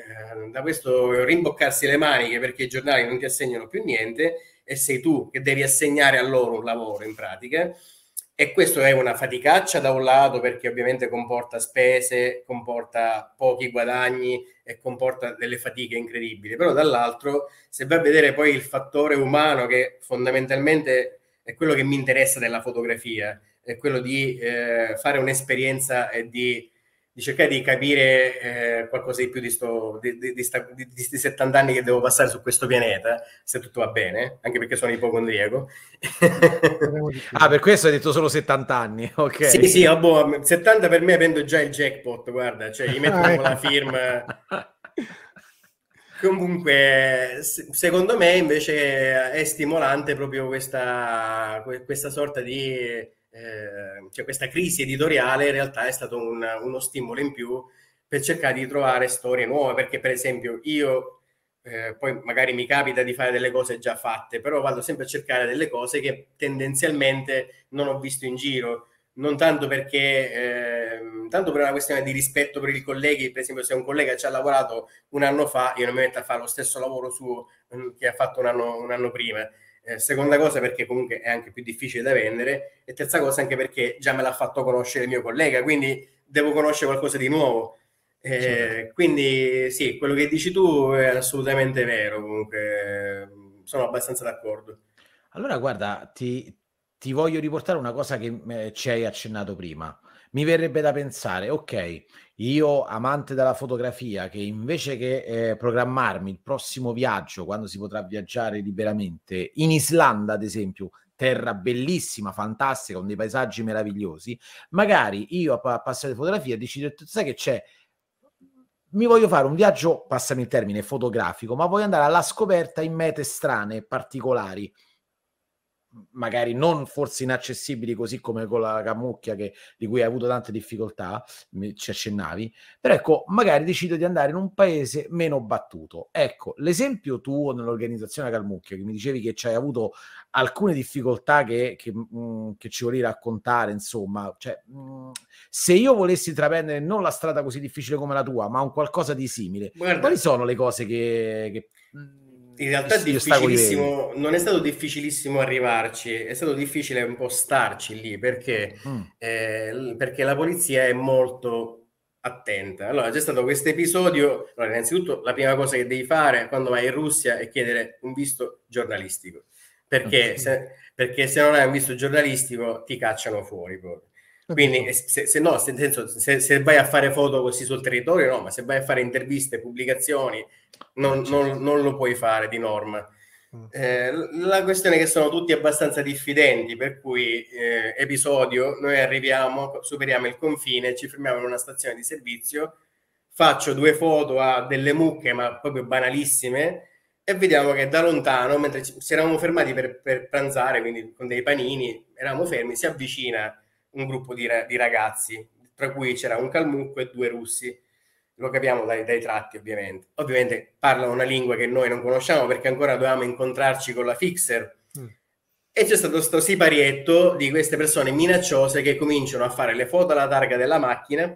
da questo rimboccarsi le maniche, perché i giornali non ti assegnano più niente e sei tu che devi assegnare a loro un lavoro in pratica, e questo è una faticaccia da un lato, perché ovviamente comporta spese, comporta pochi guadagni e comporta delle fatiche incredibili, però dall'altro se vai a vedere poi il fattore umano che fondamentalmente è quello che mi interessa della fotografia, è quello di eh, fare un'esperienza e di, di cercare di capire eh, qualcosa di più di, sto, di, di, di, sta, di, di settanta anni che devo passare su questo pianeta, se tutto va bene, anche perché sono ipocondriaco. Ah, per questo hai detto solo settanta anni, ok. Sì, sì, oh, boh, settanta per me prendo già il jackpot, guarda, cioè gli metto proprio la firma. Comunque, secondo me invece è stimolante proprio questa, questa sorta di, eh, cioè questa crisi editoriale in realtà è stato un, uno stimolo in più per cercare di trovare storie nuove, perché per esempio io, eh, poi magari mi capita di fare delle cose già fatte, però vado sempre a cercare delle cose che tendenzialmente non ho visto in giro. Non tanto perché, eh, tanto per una questione di rispetto per i colleghi, per esempio se un collega ci ha lavorato un anno fa, io non mi metto a fare lo stesso lavoro suo um, che ha fatto un anno, un anno prima. Eh, seconda cosa perché comunque è anche più difficile da vendere, e terza cosa anche perché già me l'ha fatto conoscere il mio collega, quindi devo conoscere qualcosa di nuovo. Eh, quindi sì, quello che dici tu è assolutamente vero, comunque sono abbastanza d'accordo. Allora guarda, ti, ti voglio riportare una cosa che eh, ci hai accennato prima. Mi verrebbe da pensare, ok, io amante della fotografia, che invece che eh, programmarmi il prossimo viaggio, quando si potrà viaggiare liberamente, in Islanda ad esempio, terra bellissima, fantastica, con dei paesaggi meravigliosi, magari io appassionato di fotografia decido, sai che c'è? Mi voglio fare un viaggio, passami il termine, fotografico, ma voglio andare alla scoperta in mete strane, particolari, magari non forse inaccessibili così come con la Camucchia che, di cui hai avuto tante difficoltà, ci accennavi, però ecco, magari decido di andare in un paese meno battuto. Ecco, l'esempio tuo nell'organizzazione Camucchia, che mi dicevi che ci hai avuto alcune difficoltà che, che, mh, che ci volevi raccontare, insomma, cioè, mh, se io volessi intraprendere non la strada così difficile come la tua, ma un qualcosa di simile, guarda, quali sono le cose che... che mh, in realtà è difficilissimo, non è stato difficilissimo arrivarci, è stato difficile un po' starci lì, perché, mm. eh, perché la polizia è molto attenta. Allora c'è stato questo episodio, allora, innanzitutto la prima cosa che devi fare quando vai in Russia è chiedere un visto giornalistico, perché, mm. se, perché se non hai un visto giornalistico ti cacciano fuori proprio. Quindi se, se no, se, se, se vai a fare foto così sul territorio, no, ma se vai a fare interviste, pubblicazioni, non, non, non lo puoi fare di norma. Eh, la questione è che sono tutti abbastanza diffidenti, per cui eh, episodio, noi arriviamo, superiamo il confine, ci fermiamo in una stazione di servizio, faccio due foto a delle mucche, ma proprio banalissime, e vediamo che da lontano, mentre ci, ci eravamo fermati per, per pranzare, quindi con dei panini, eravamo fermi, si avvicina un gruppo di, di ragazzi, tra cui c'era un calmucco e due russi. Lo capiamo dai, dai tratti, ovviamente. Ovviamente parlano una lingua che noi non conosciamo, perché ancora dovevamo incontrarci con la fixer. Mm. E c'è stato sto siparietto di queste persone minacciose che cominciano a fare le foto alla targa della macchina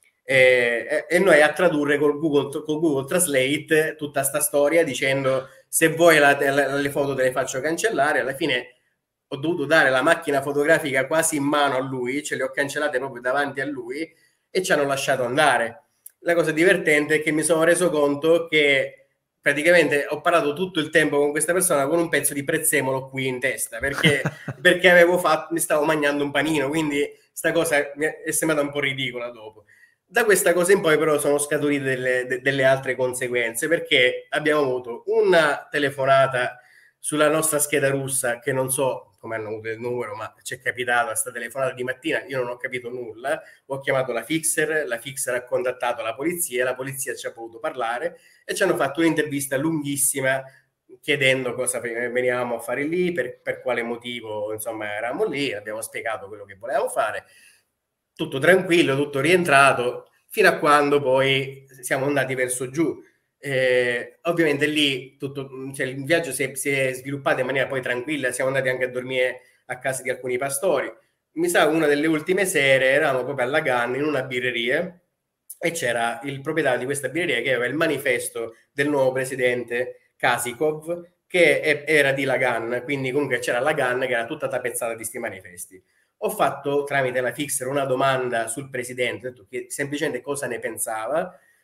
e, e, e noi a tradurre col Google, col Google Translate tutta sta storia, dicendo se vuoi la, la, le foto te le faccio cancellare. Alla fine ho dovuto dare la macchina fotografica quasi in mano a lui, ce le ho cancellate proprio davanti a lui e ci hanno lasciato andare. La cosa divertente è che mi sono reso conto che praticamente ho parlato tutto il tempo con questa persona con un pezzo di prezzemolo qui in testa, perché, perché avevo fatto, mi stavo mangiando un panino, quindi sta cosa mi è sembrata un po' ridicola dopo. Da questa cosa in poi però sono scaturite delle, de, delle altre conseguenze, perché abbiamo avuto una telefonata sulla nostra scheda russa, che non so come hanno avuto il numero, ma ci è capitato questa telefonata di mattina, io non ho capito nulla, ho chiamato la fixer, la fixer ha contattato la polizia, la polizia ci ha potuto parlare e ci hanno fatto un'intervista lunghissima chiedendo cosa venivamo a fare lì, per, per quale motivo insomma eravamo lì, abbiamo spiegato quello che volevamo fare, tutto tranquillo, tutto rientrato, fino a quando poi siamo andati verso giù. Eh, ovviamente lì tutto, cioè, il viaggio si è, si è sviluppato in maniera poi tranquilla, siamo andati anche a dormire a casa di alcuni pastori. Mi sa una delle ultime sere eravamo proprio alla Lagan in una birreria e c'era il proprietario di questa birreria che aveva il manifesto del nuovo presidente Kasikov, che è, era di Lagan, quindi comunque c'era Lagan che era tutta tapezzata di questi manifesti. Ho fatto tramite la fixer una domanda sul presidente, che semplicemente cosa ne pensava.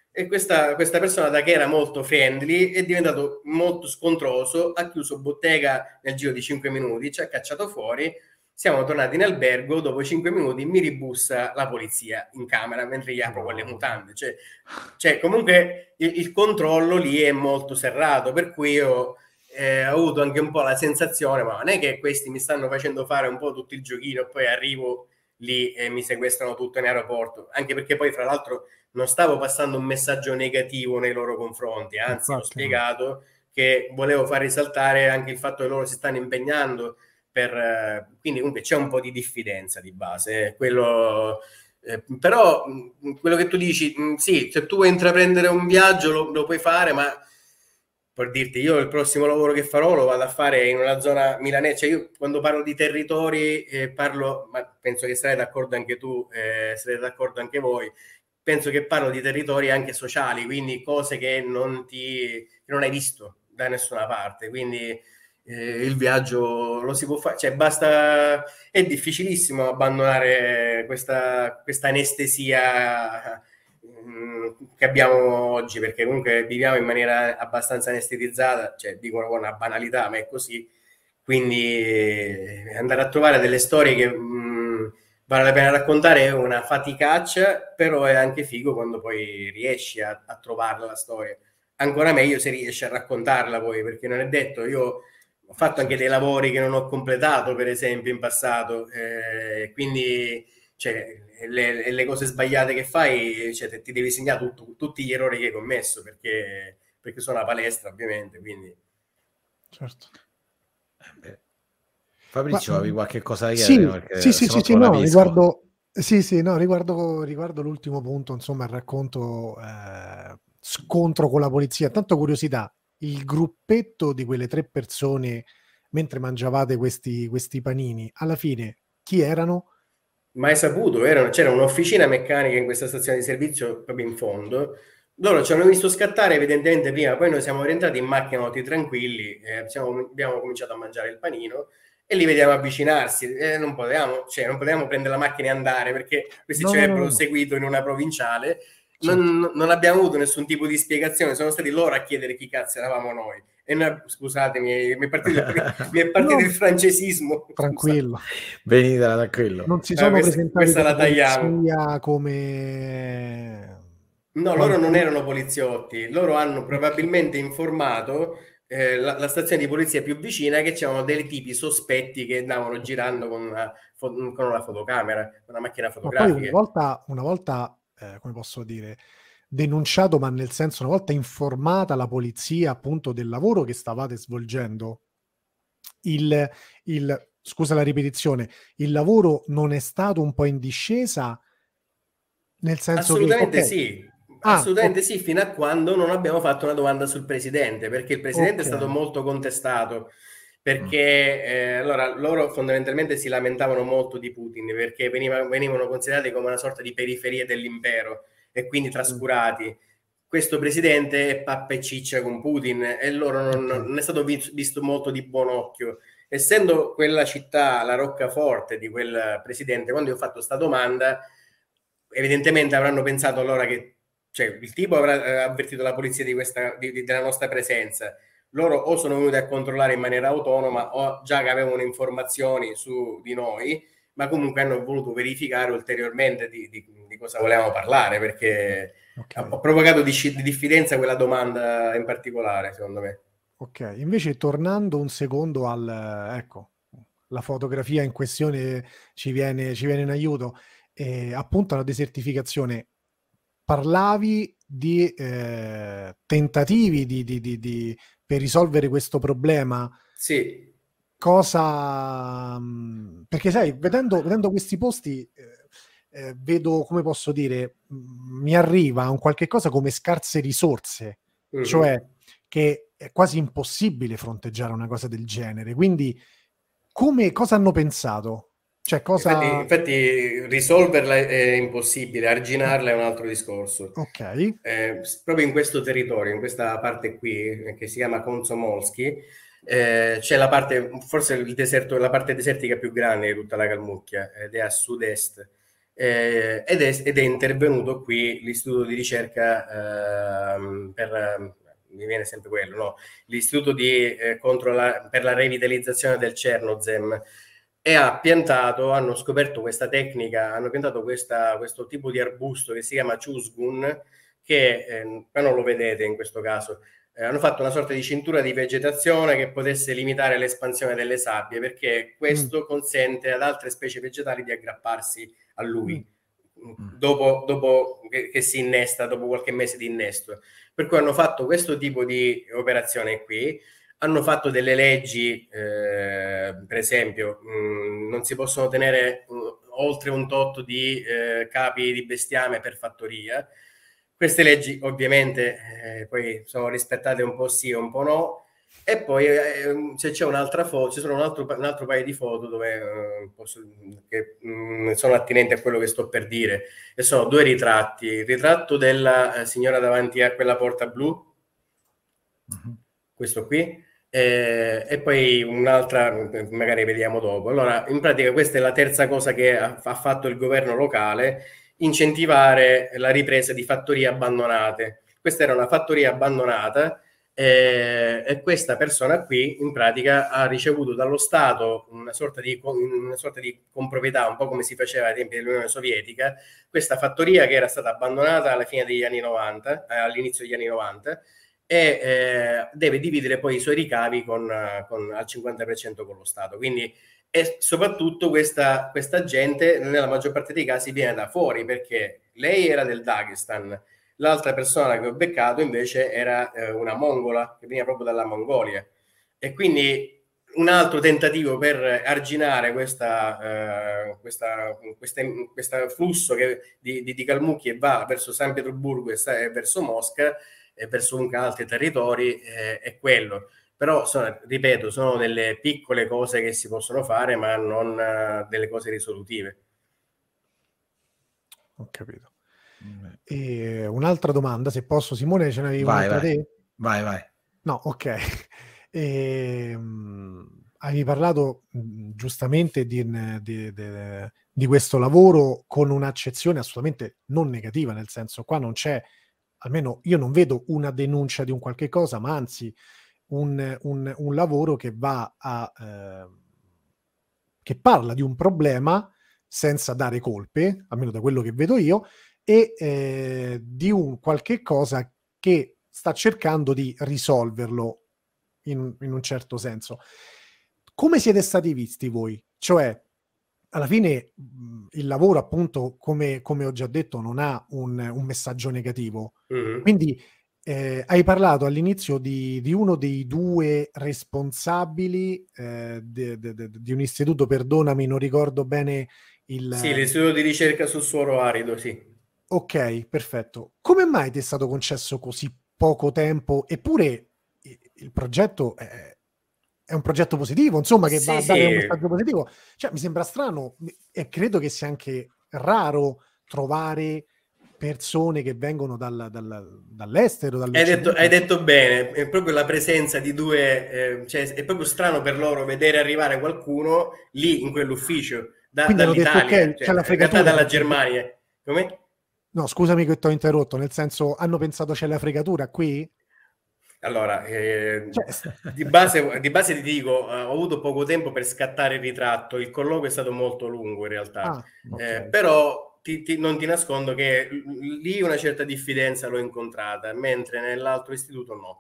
e questa, questa persona, da che era molto friendly, è diventato molto scontroso, ha chiuso bottega nel giro di cinque minuti, ci ha cacciato fuori, siamo tornati in albergo, dopo cinque minuti mi ribussa la polizia in camera mentre gli apro quelle mutande, cioè, cioè comunque il, il controllo lì è molto serrato, per cui io eh, ho avuto anche un po' la sensazione, ma non è che questi mi stanno facendo fare un po' tutto il giochino e poi arrivo lì e mi sequestrano tutto in aeroporto, anche perché poi fra l'altro non stavo passando un messaggio negativo nei loro confronti, anzi ho spiegato che volevo far risaltare anche il fatto che loro si stanno impegnando per, quindi comunque c'è un po' di diffidenza di base, quello, eh, però quello che tu dici, mh, sì, se tu vuoi intraprendere un viaggio lo, lo puoi fare, ma per dirti, io il prossimo lavoro che farò lo vado a fare in una zona milanese, cioè io quando parlo di territori eh, parlo, ma penso che sarai d'accordo anche tu, eh, sarete d'accordo anche voi, penso che parlo di territori anche sociali, quindi cose che non ti che non hai visto da nessuna parte, quindi eh, il viaggio lo si può fare, cioè basta, è difficilissimo abbandonare questa, questa anestesia mh, che abbiamo oggi, perché comunque viviamo in maniera abbastanza anestetizzata, cioè dicono con una banalità, ma è così, quindi eh, andare a trovare delle storie che mh, vale la pena raccontare è una faticaccia, però è anche figo quando poi riesci a, a trovarla la storia. Ancora meglio se riesci a raccontarla poi, perché non è detto, io ho fatto anche dei lavori che non ho completato, per esempio, in passato, eh, quindi cioè, le, le cose sbagliate che fai, cioè, te, ti devi segnare tutto, tutti gli errori che hai commesso, perché, perché sono una palestra, ovviamente, quindi... Certo. Beh. Fabrizio, Ma, avevi qualche cosa da sì, chiedere? Perché sì, sì, se no sì, sì, te lo no, capisco. riguardo, sì, sì, no, riguardo, riguardo l'ultimo punto, insomma, il racconto eh, scontro con la polizia. Tanto curiosità, il gruppetto di quelle tre persone mentre mangiavate questi, questi panini, alla fine chi erano? Mai saputo, era, c'era un'officina meccanica in questa stazione di servizio proprio in fondo. Loro ci hanno visto scattare evidentemente prima, poi noi siamo rientrati in macchina tutti tranquilli, eh, siamo, abbiamo cominciato a mangiare il panino e li vediamo avvicinarsi. Eh, non potevamo, cioè, non potevamo prendere la macchina e andare perché questi No, ci no, no, avrebbero no. seguito in una provinciale. Certo. Non, non abbiamo avuto nessun tipo di spiegazione, sono stati loro a chiedere chi cazzo eravamo noi. E noi, scusatemi, mi è partito, mi è partito No, il francesismo. tranquillo. Venitela, tranquillo. Non si Eh, sono questa, presentati questa come la tagliamo. polizia, come No, loro non qualcuno. erano poliziotti, loro hanno probabilmente informato eh, la, la stazione di polizia più vicina che c'erano dei tipi sospetti che andavano girando con una, fo- con una fotocamera, con una macchina Ma poi una fotografica. volta, una volta eh, come posso dire, denunciato, ma nel senso una volta informata la polizia appunto del lavoro che stavate svolgendo, il, il, scusa la ripetizione, il lavoro non è stato un po' in discesa, nel senso che, Assolutamente ok, sì, ah, assolutamente ok, sì, fino a quando non abbiamo fatto una domanda sul presidente, perché il presidente è ok, stato molto contestato, Mm. perché eh, allora loro fondamentalmente si lamentavano molto di Putin, perché veniva, venivano considerati come una sorta di periferia dell'impero e quindi mm, trascurati. Questo presidente è pappa e ciccia con Putin e loro non, ok, non è stato vis- visto molto di buon occhio. Essendo quella città la roccaforte di quel presidente, quando io ho fatto questa domanda, evidentemente avranno pensato allora che cioè, il tipo avrà eh, avvertito la polizia di questa, di, di, della nostra presenza. Loro o sono venuti a controllare in maniera autonoma o già che avevano informazioni su di noi, ma comunque hanno voluto verificare ulteriormente di, di, di cosa volevamo parlare, perché ok. ho provocato di, di diffidenza quella domanda in particolare, secondo me. Ok, invece tornando un secondo al, ecco, la fotografia in questione ci viene, ci viene in aiuto, e appunto la desertificazione, parlavi di eh, tentativi di, di- di- di- per risolvere questo problema, Sì, cosa... mh, perché sai, vedendo, vedendo questi posti, eh, eh, vedo, come posso dire, mh, mi arriva un qualche cosa come scarse risorse, cioè mm-hmm. che è quasi impossibile fronteggiare una cosa del genere. Quindi, come, cosa hanno pensato? Cioè, Infatti, cosa... infatti risolverla è impossibile, arginarla è un altro discorso. Ok, Eh, proprio in questo territorio, in questa parte qui, eh, che si chiama Komsomolski, eh, c'è la parte, forse il deserto, la parte desertica più grande di tutta la Calmucchia, ed è a sud-est. eh, ed, è, ed è intervenuto qui l'istituto di ricerca eh, per, mi viene sempre quello, no? L'istituto di, eh, contro la, per la revitalizzazione del Cernozem, e ha piantato, hanno scoperto questa tecnica, hanno piantato questa, questo tipo di arbusto che si chiama Chusgun, che eh, ma non lo vedete in questo caso, eh, hanno fatto una sorta di cintura di vegetazione che potesse limitare l'espansione delle sabbie, perché questo mm. consente ad altre specie vegetali di aggrapparsi a lui mm. dopo, dopo che, che si innesta, dopo qualche mese di innesto. Per cui hanno fatto questo tipo di operazione qui. Hanno fatto delle leggi, eh, per esempio, mh, non si possono tenere uh, oltre un tot di eh, capi di bestiame per fattoria. Queste leggi ovviamente eh, poi sono rispettate un po' sì, un po' no. E poi eh, se c'è un'altra foto, ci sono un altro, un altro paio di foto dove eh, posso, che mh, sono attinenti a quello che sto per dire, e sono due ritratti. Il ritratto della eh, signora davanti a quella porta blu, uh-huh. questo qui, eh, e poi un'altra magari vediamo dopo. Allora, in pratica questa è la terza cosa che ha, ha fatto il governo locale: incentivare la ripresa di fattorie abbandonate. Questa era una fattoria abbandonata, eh, e questa persona qui in pratica ha ricevuto dallo Stato una sorta di, una sorta di comproprietà, un po' come si faceva ai tempi dell'Unione Sovietica, questa fattoria che era stata abbandonata alla fine degli anni novanta, eh, all'inizio degli anni novanta, e eh, deve dividere poi i suoi ricavi con, con al cinquanta per cento con lo Stato. Quindi, e soprattutto questa, questa gente nella maggior parte dei casi viene da fuori, perché lei era del Dagestan, l'altra persona che ho beccato invece era eh, una mongola che veniva proprio dalla Mongolia, e quindi un altro tentativo per arginare questa, uh, questa, queste, questo flusso che, di, di, di calmucchi che va verso San Pietroburgo e, e verso Mosca e verso anche altri territori, eh, è quello. Però, sono, ripeto, sono delle piccole cose che si possono fare, ma non uh, delle cose risolutive. Ho capito. E un'altra domanda, se posso, Simone, ce n'avevi un'altra te? Vai, vai. No, ok. E, um, hai parlato mh, giustamente di, di, di, di questo lavoro con un'accezione assolutamente non negativa, nel senso, qua non c'è, almeno io non vedo una denuncia di un qualche cosa, ma anzi un, un, un lavoro che va a eh, che parla di un problema senza dare colpe, almeno da quello che vedo io, e eh, di un qualche cosa che sta cercando di risolverlo in, in un certo senso. Come siete stati visti voi? Cioè, alla fine il lavoro, appunto, come, come ho già detto, non ha un, un messaggio negativo. Mm-hmm. Quindi eh, hai parlato all'inizio di, di uno dei due responsabili eh, de, de, de, di un istituto, perdonami, non ricordo bene il... Sì, l'istituto di ricerca sul suolo arido, sì. Ok, perfetto. Come mai ti è stato concesso così poco tempo, eppure il progetto è, è un progetto positivo, insomma, che sì, va a dare sì. un messaggio positivo? Cioè, mi sembra strano, e credo che sia anche raro trovare persone che vengono dal, dal, dall'estero. Hai detto, hai detto bene, è proprio la presenza di due, eh, cioè è proprio strano per loro vedere arrivare qualcuno lì in quell'ufficio da, dall'Italia, detto, okay, cioè, in realtà dalla Germania. Come? No, scusami che ti ho interrotto, nel senso, hanno pensato c'è la fregatura qui? Allora, eh, cioè, di, base, di base ti dico, eh, ho avuto poco tempo per scattare il ritratto, il colloquio è stato molto lungo in realtà, ah, okay. eh, però ti, ti, non ti nascondo che lì una certa diffidenza l'ho incontrata, mentre nell'altro istituto no.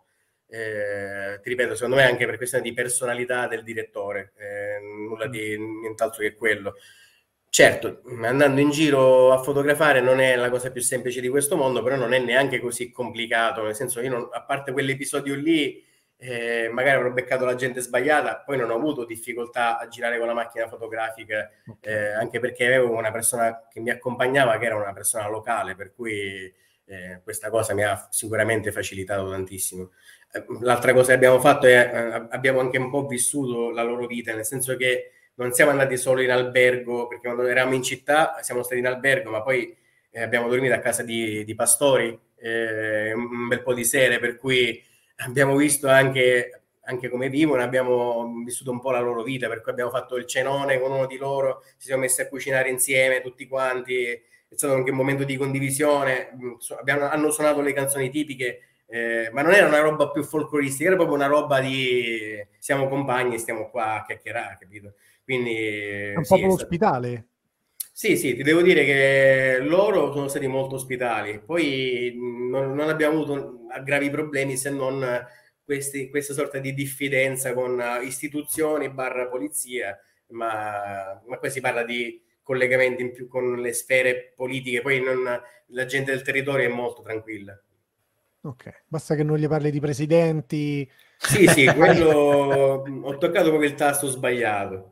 Eh, ti ripeto, secondo me anche per questione di personalità del direttore, eh, nulla di nient'altro che quello. Certo, andando in giro a fotografare non è la cosa più semplice di questo mondo, però non è neanche così complicato, nel senso, io non, a parte quell'episodio lì, eh, magari avrò beccato la gente sbagliata, poi non ho avuto difficoltà a girare con la macchina fotografica, okay. eh, anche perché avevo una persona che mi accompagnava che era una persona locale, per cui eh, questa cosa mi ha sicuramente facilitato tantissimo. Eh, l'altra cosa che abbiamo fatto è, eh, abbiamo anche un po' vissuto la loro vita, nel senso che non siamo andati solo in albergo, perché quando eravamo in città siamo stati in albergo, ma poi eh, abbiamo dormito a casa di, di pastori eh, un bel po' di sere, per cui abbiamo visto anche anche come vivono, abbiamo vissuto un po' la loro vita, per cui abbiamo fatto il cenone con uno di loro, ci siamo messi a cucinare insieme tutti quanti, è stato anche un momento di condivisione, abbiamo, hanno suonato le canzoni tipiche, eh, ma non era una roba più folcloristica, era proprio una roba di siamo compagni, stiamo qua a chiacchierare, capito? Quindi è un sì, popolo è stato... ospitale. Sì, sì, ti devo dire che loro sono stati molto ospitali, poi non, non abbiamo avuto gravi problemi se non questi, questa sorta di diffidenza con istituzioni barra polizia, ma, ma poi si parla di collegamenti in più con le sfere politiche, poi non, la gente del territorio è molto tranquilla. Ok, basta che non gli parli di presidenti. Sì, sì, quello ho toccato proprio il tasto sbagliato.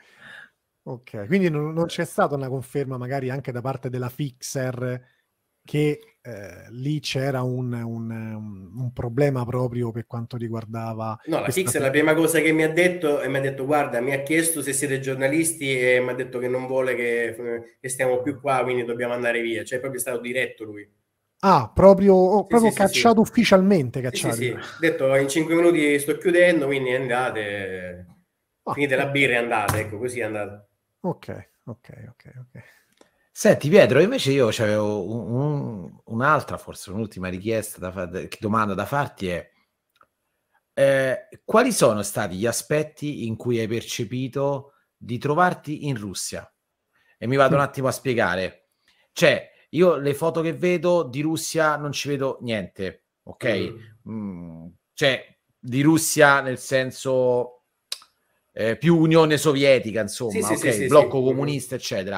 Ok, quindi non, non c'è stata una conferma magari anche da parte della Fixer che eh, lì c'era un, un, un problema proprio per quanto riguardava... No, la questa... Fixer la prima cosa che mi ha detto, e mi ha detto guarda, mi ha chiesto se siete giornalisti e mi ha detto che non vuole che, che stiamo più qua, quindi dobbiamo andare via. Cioè, è proprio stato diretto lui. Ah, proprio, oh, Sì, proprio sì, cacciato sì, ufficialmente, sì, cacciato. sì, sì. Ho detto in cinque minuti sto chiudendo, quindi andate, Ah, finite la ok. birra e andate, ecco, così è andate. Ok, ok, ok, ok. Senti Pietro, invece io c'avevo un, un, un'altra, forse un'ultima richiesta, da fa- domanda da farti è eh, quali sono stati gli aspetti in cui hai percepito di trovarti in Russia? E mi vado un attimo a spiegare. Cioè, io le foto che vedo di Russia non ci vedo niente, ok? Mm. Mm, cioè, di Russia nel senso eh, più Unione Sovietica, Sì, insomma, sì, ok? sì, sì, Blocco sì. comunista, eccetera.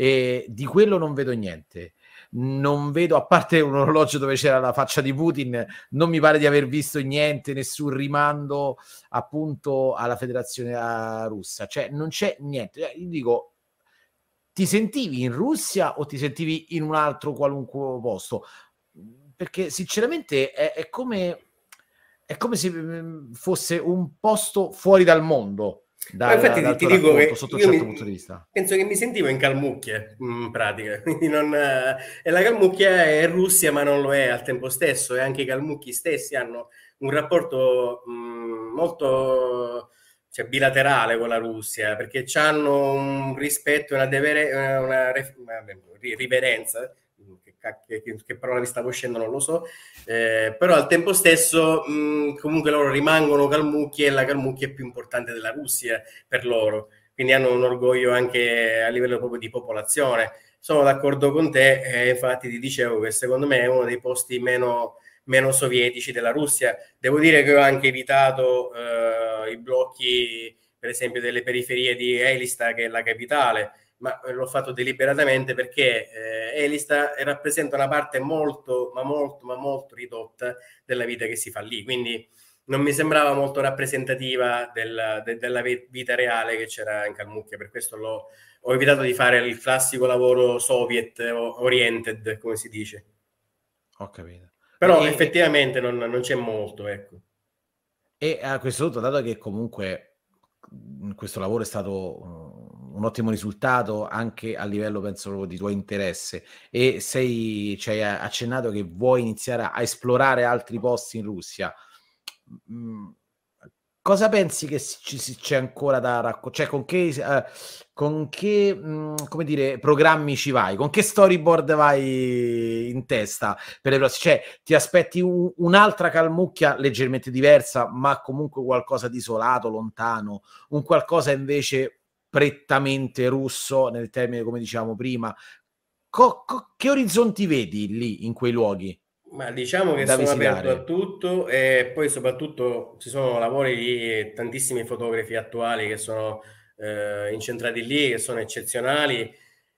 E di quello non vedo niente. Non vedo, a parte un orologio dove c'era la faccia di Putin, non mi pare di aver visto niente, nessun rimando appunto alla federazione russa. Cioè, non c'è niente. Io dico, ti sentivi in Russia o ti sentivi in un altro qualunque posto? Perché sinceramente è, è come è come se fosse un posto fuori dal mondo, Ma dal, infatti ti, dal ti tuo dico racconto, che sotto un io certo punto di mi, vista. penso che mi sentivo in Calmucchia, in pratica, quindi non, eh, e la Calmucchia è Russia ma non lo è al tempo stesso, e anche i Calmucchi stessi hanno un rapporto mh, molto cioè, bilaterale con la Russia, perché hanno un rispetto e una, devere, una, una, una riverenza, che, che, che parola mi stavo uscendo non lo so, eh, però al tempo stesso mh, comunque loro rimangono Calmucchi e la Calmucchia è più importante della Russia per loro, quindi hanno un orgoglio anche a livello proprio di popolazione. Sono d'accordo con te, eh, infatti ti dicevo che secondo me è uno dei posti meno, meno sovietici della Russia. Devo dire che ho anche evitato eh, i blocchi, per esempio, delle periferie di Elista, che è la capitale, ma l'ho fatto deliberatamente perché eh, Elista rappresenta una parte molto, ma molto, ma molto ridotta della vita che si fa lì, quindi non mi sembrava molto rappresentativa del, de, della vita reale che c'era in Calmucchia, per questo l'ho, ho evitato di fare il classico lavoro soviet oriented, come si dice. Ho capito. Però E, effettivamente non, non c'è molto, ecco. e a questo punto, dato che comunque questo lavoro è stato un ottimo risultato anche a livello, penso, di tuo interesse, e sei, ci hai accennato che vuoi iniziare a esplorare altri posti in Russia, mh, cosa pensi che ci c'è ancora da raccontare? Cioè, con che, eh, con che mh, come dire, programmi ci vai? Con che storyboard vai in testa per le prossime? Cioè, ti aspetti un, un'altra Calmucchia leggermente diversa, ma comunque qualcosa di isolato, lontano, un qualcosa invece prettamente russo, nel termine come dicevamo prima. Co- co- che orizzonti vedi lì, in quei luoghi Ma diciamo che da sono aperto a visitare? tutto e poi soprattutto ci sono lavori di tantissimi fotografi attuali che sono eh, incentrati lì, che sono eccezionali,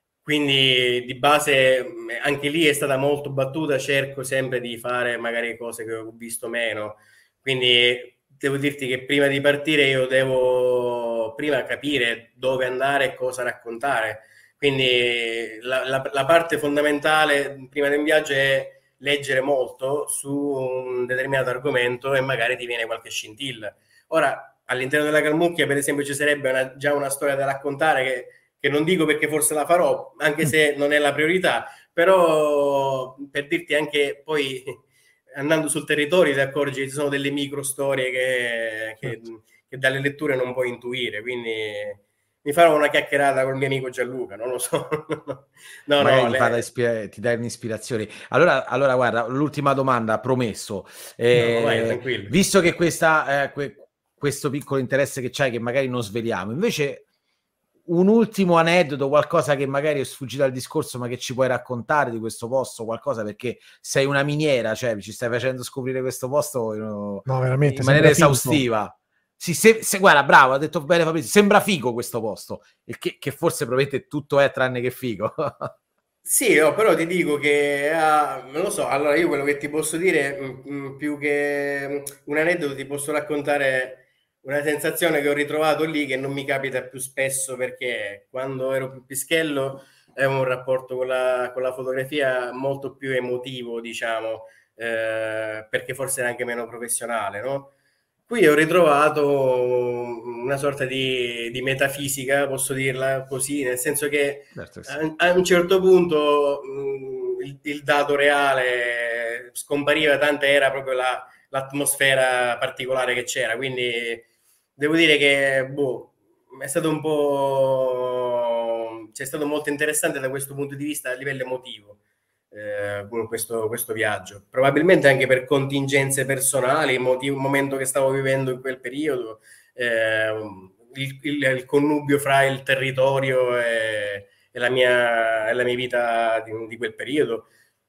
quindi di base anche lì è stata molto battuta, cerco sempre di fare magari cose che ho visto meno, quindi devo dirti che prima di partire io devo prima capire dove andare e cosa raccontare, quindi la, la, la parte fondamentale prima di un viaggio è leggere molto su un determinato argomento e magari ti viene qualche scintilla. Ora, all'interno della Calmucchia, per esempio, ci sarebbe una, già una storia da raccontare che, che non dico perché forse la farò, anche se non è la priorità, però per dirti anche poi andando sul territorio ti accorgi che ci sono delle micro storie che, che, che dalle letture non puoi intuire, quindi mi farò una chiacchierata con il mio amico Gianluca, non lo so. no, Magari no, ti, le... fa ispira- ti dai un'ispirazione. Allora, allora, guarda, l'ultima domanda, promesso. No, no, vai, Eh, tranquillo. visto che questa, eh, que- questo piccolo interesse che c'hai, che magari non sveliamo, invece un ultimo aneddoto, qualcosa che magari è sfuggito al discorso, ma che ci puoi raccontare di questo posto, qualcosa, perché sei una miniera, cioè ci stai facendo scoprire questo posto no, veramente, in maniera sembra esaustiva. Sì, se, se, guarda, bravo, ha detto bene Fabrizio, sembra figo questo posto, il che, che forse probabilmente tutto è tranne che figo. Sì, no, però ti dico che, ah, non lo so, allora io quello che ti posso dire, mh, mh, più che un aneddoto, ti posso raccontare una sensazione che ho ritrovato lì che non mi capita più spesso, perché quando ero più pischello avevo un rapporto con la, con la fotografia molto più emotivo, diciamo, eh, perché forse era anche meno professionale, no? Qui ho ritrovato una sorta di, di metafisica, posso dirla così, nel senso che Certo, sì. a, a un certo punto mh, il, il dato reale scompariva, tanta era proprio la, l'atmosfera particolare che c'era, quindi devo dire che boh, è stato un po', c'è stato molto interessante da questo punto di vista a livello emotivo. Eh, questo, questo viaggio, probabilmente anche per contingenze personali, motivo, un momento che stavo vivendo in quel periodo, eh, il, il, il connubio fra il territorio e, e, la, mia, e la mia vita di, di quel periodo.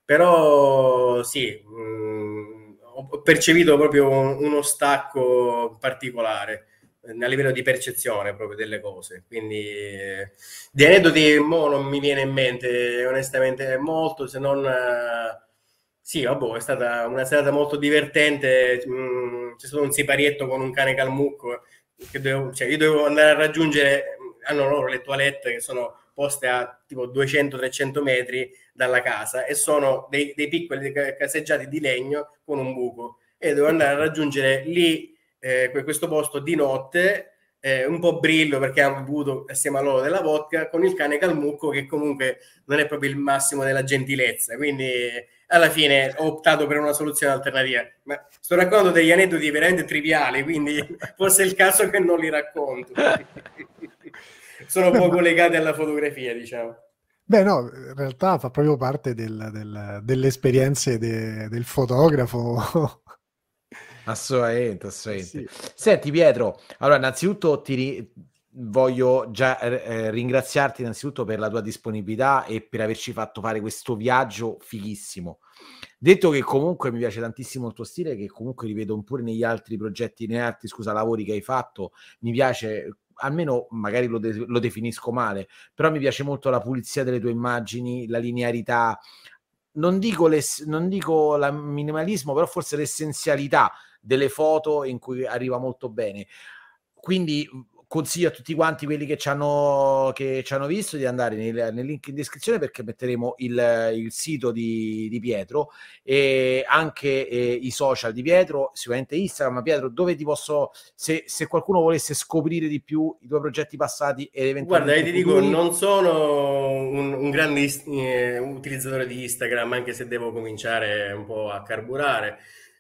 Però sì, mh, ho percepito proprio un, uno stacco particolare a livello di percezione proprio delle cose, quindi eh, di aneddoti mo non mi viene in mente onestamente molto, se non eh, sì, vabbè, è stata una serata molto divertente, mh, c'è stato un siparietto con un cane calmucco che dovevo, cioè io dovevo andare a raggiungere, hanno loro le toilette che sono poste a tipo duecento trecento metri dalla casa e sono dei, dei piccoli caseggiati di legno con un buco e devo andare a raggiungere lì Eh, questo posto di notte, eh, un po' brillo perché ha bevuto assieme a loro della vodka con il cane calmucco che comunque non è proprio il massimo della gentilezza, quindi alla fine ho optato per una soluzione alternativa, ma sto raccontando degli aneddoti veramente triviali, quindi forse è il caso che non li racconto. Sono Beh, poco ma... legati alla fotografia, diciamo. Beh, no, in realtà fa proprio parte del, del, delle esperienze de, del fotografo. Assolutamente, assolutamente. Sì. Senti Pietro, allora innanzitutto ti ri- voglio già eh, ringraziarti innanzitutto per la tua disponibilità e per averci fatto fare questo viaggio fighissimo. Detto che comunque mi piace tantissimo il tuo stile, che comunque rivedo pure negli altri progetti, negli altri scusa, lavori che hai fatto, mi piace, almeno magari lo, de- lo definisco male, però mi piace molto la pulizia delle tue immagini, la linearità, non dico, non dico il minimalismo, però forse l'essenzialità delle foto in cui arriva molto bene. Quindi consiglio a tutti quanti quelli che ci hanno, che ci hanno visto di andare nel, nel link in descrizione, perché metteremo il, il sito di, di Pietro e anche eh, i social di Pietro, sicuramente Instagram. Pietro, dove ti posso, se, se qualcuno volesse scoprire di più i tuoi progetti passati ed eventualmente Guarda, ti dico, futuri? non sono un, un grande is- eh, utilizzatore di Instagram, anche se devo cominciare un po' a carburare.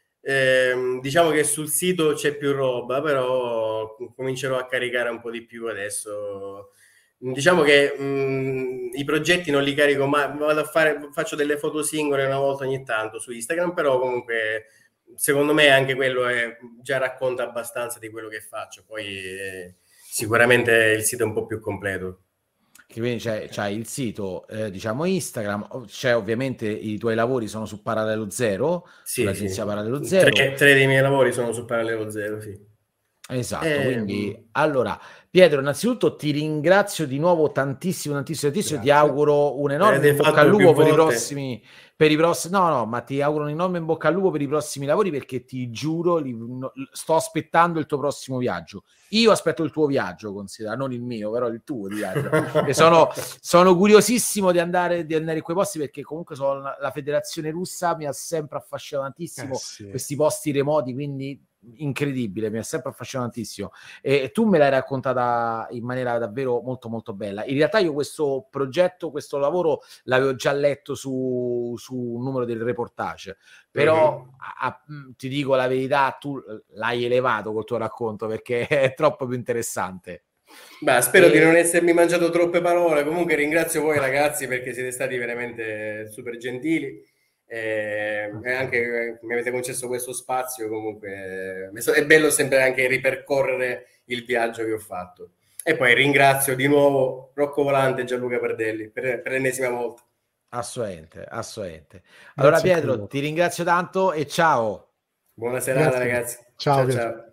Ehm, diciamo che sul sito c'è più roba, però comincerò a caricare un po' di più adesso. Diciamo che mh, i progetti non li carico mai, vado a fare, faccio delle foto singole una volta ogni tanto su Instagram, però comunque secondo me anche quello è, già racconta abbastanza di quello che faccio. Poi eh, sicuramente il sito è un po' più completo. Quindi c'è, c'è il sito, eh, diciamo Instagram, c'è ovviamente i tuoi lavori sono su Parallelo Zero, Sì, sull'agenzia sì. Parallelo Zero. Tre, tre dei miei lavori sono su Parallelo Zero, sì. Esatto, Eh, quindi allora Pietro, innanzitutto ti ringrazio di nuovo tantissimo, tantissimo, tantissimo, ti Grazie. auguro un me enorme l'avete in bocca al fatto più lupo per i volte. prossimi, per i prossimi, no no, ma ti auguro un enorme in bocca al lupo per i prossimi lavori, perché ti giuro, li, no, sto aspettando il tuo prossimo viaggio. Io aspetto il tuo viaggio, considera, non il mio, però il tuo di viaggio. E sono, sono curiosissimo di andare, di andare in quei posti, perché comunque sono la, la federazione russa mi ha sempre affascinato tantissimo, Eh sì. questi posti remoti, quindi incredibile, mi ha sempre affascinato tantissimo, e tu me l'hai raccontata in maniera davvero molto molto bella. In realtà io questo progetto, questo lavoro l'avevo già letto su, su un numero del reportage, però uh-huh. a, a, ti dico la verità, tu l'hai elevato col tuo racconto perché è troppo più interessante. Beh, spero e... di non essermi mangiato troppe parole. Comunque ringrazio voi ragazzi perché siete stati veramente super gentili. E anche mi avete concesso questo spazio. Comunque è bello sempre anche ripercorrere il viaggio che ho fatto. E poi ringrazio di nuovo Rocco Volante e Gianluca Pardelli per, per l'ennesima volta. Assolutamente, assolutamente. Allora Pietro, ti ringrazio tanto e ciao. Buona serata ragazzi. Ciao, ciao, ciao.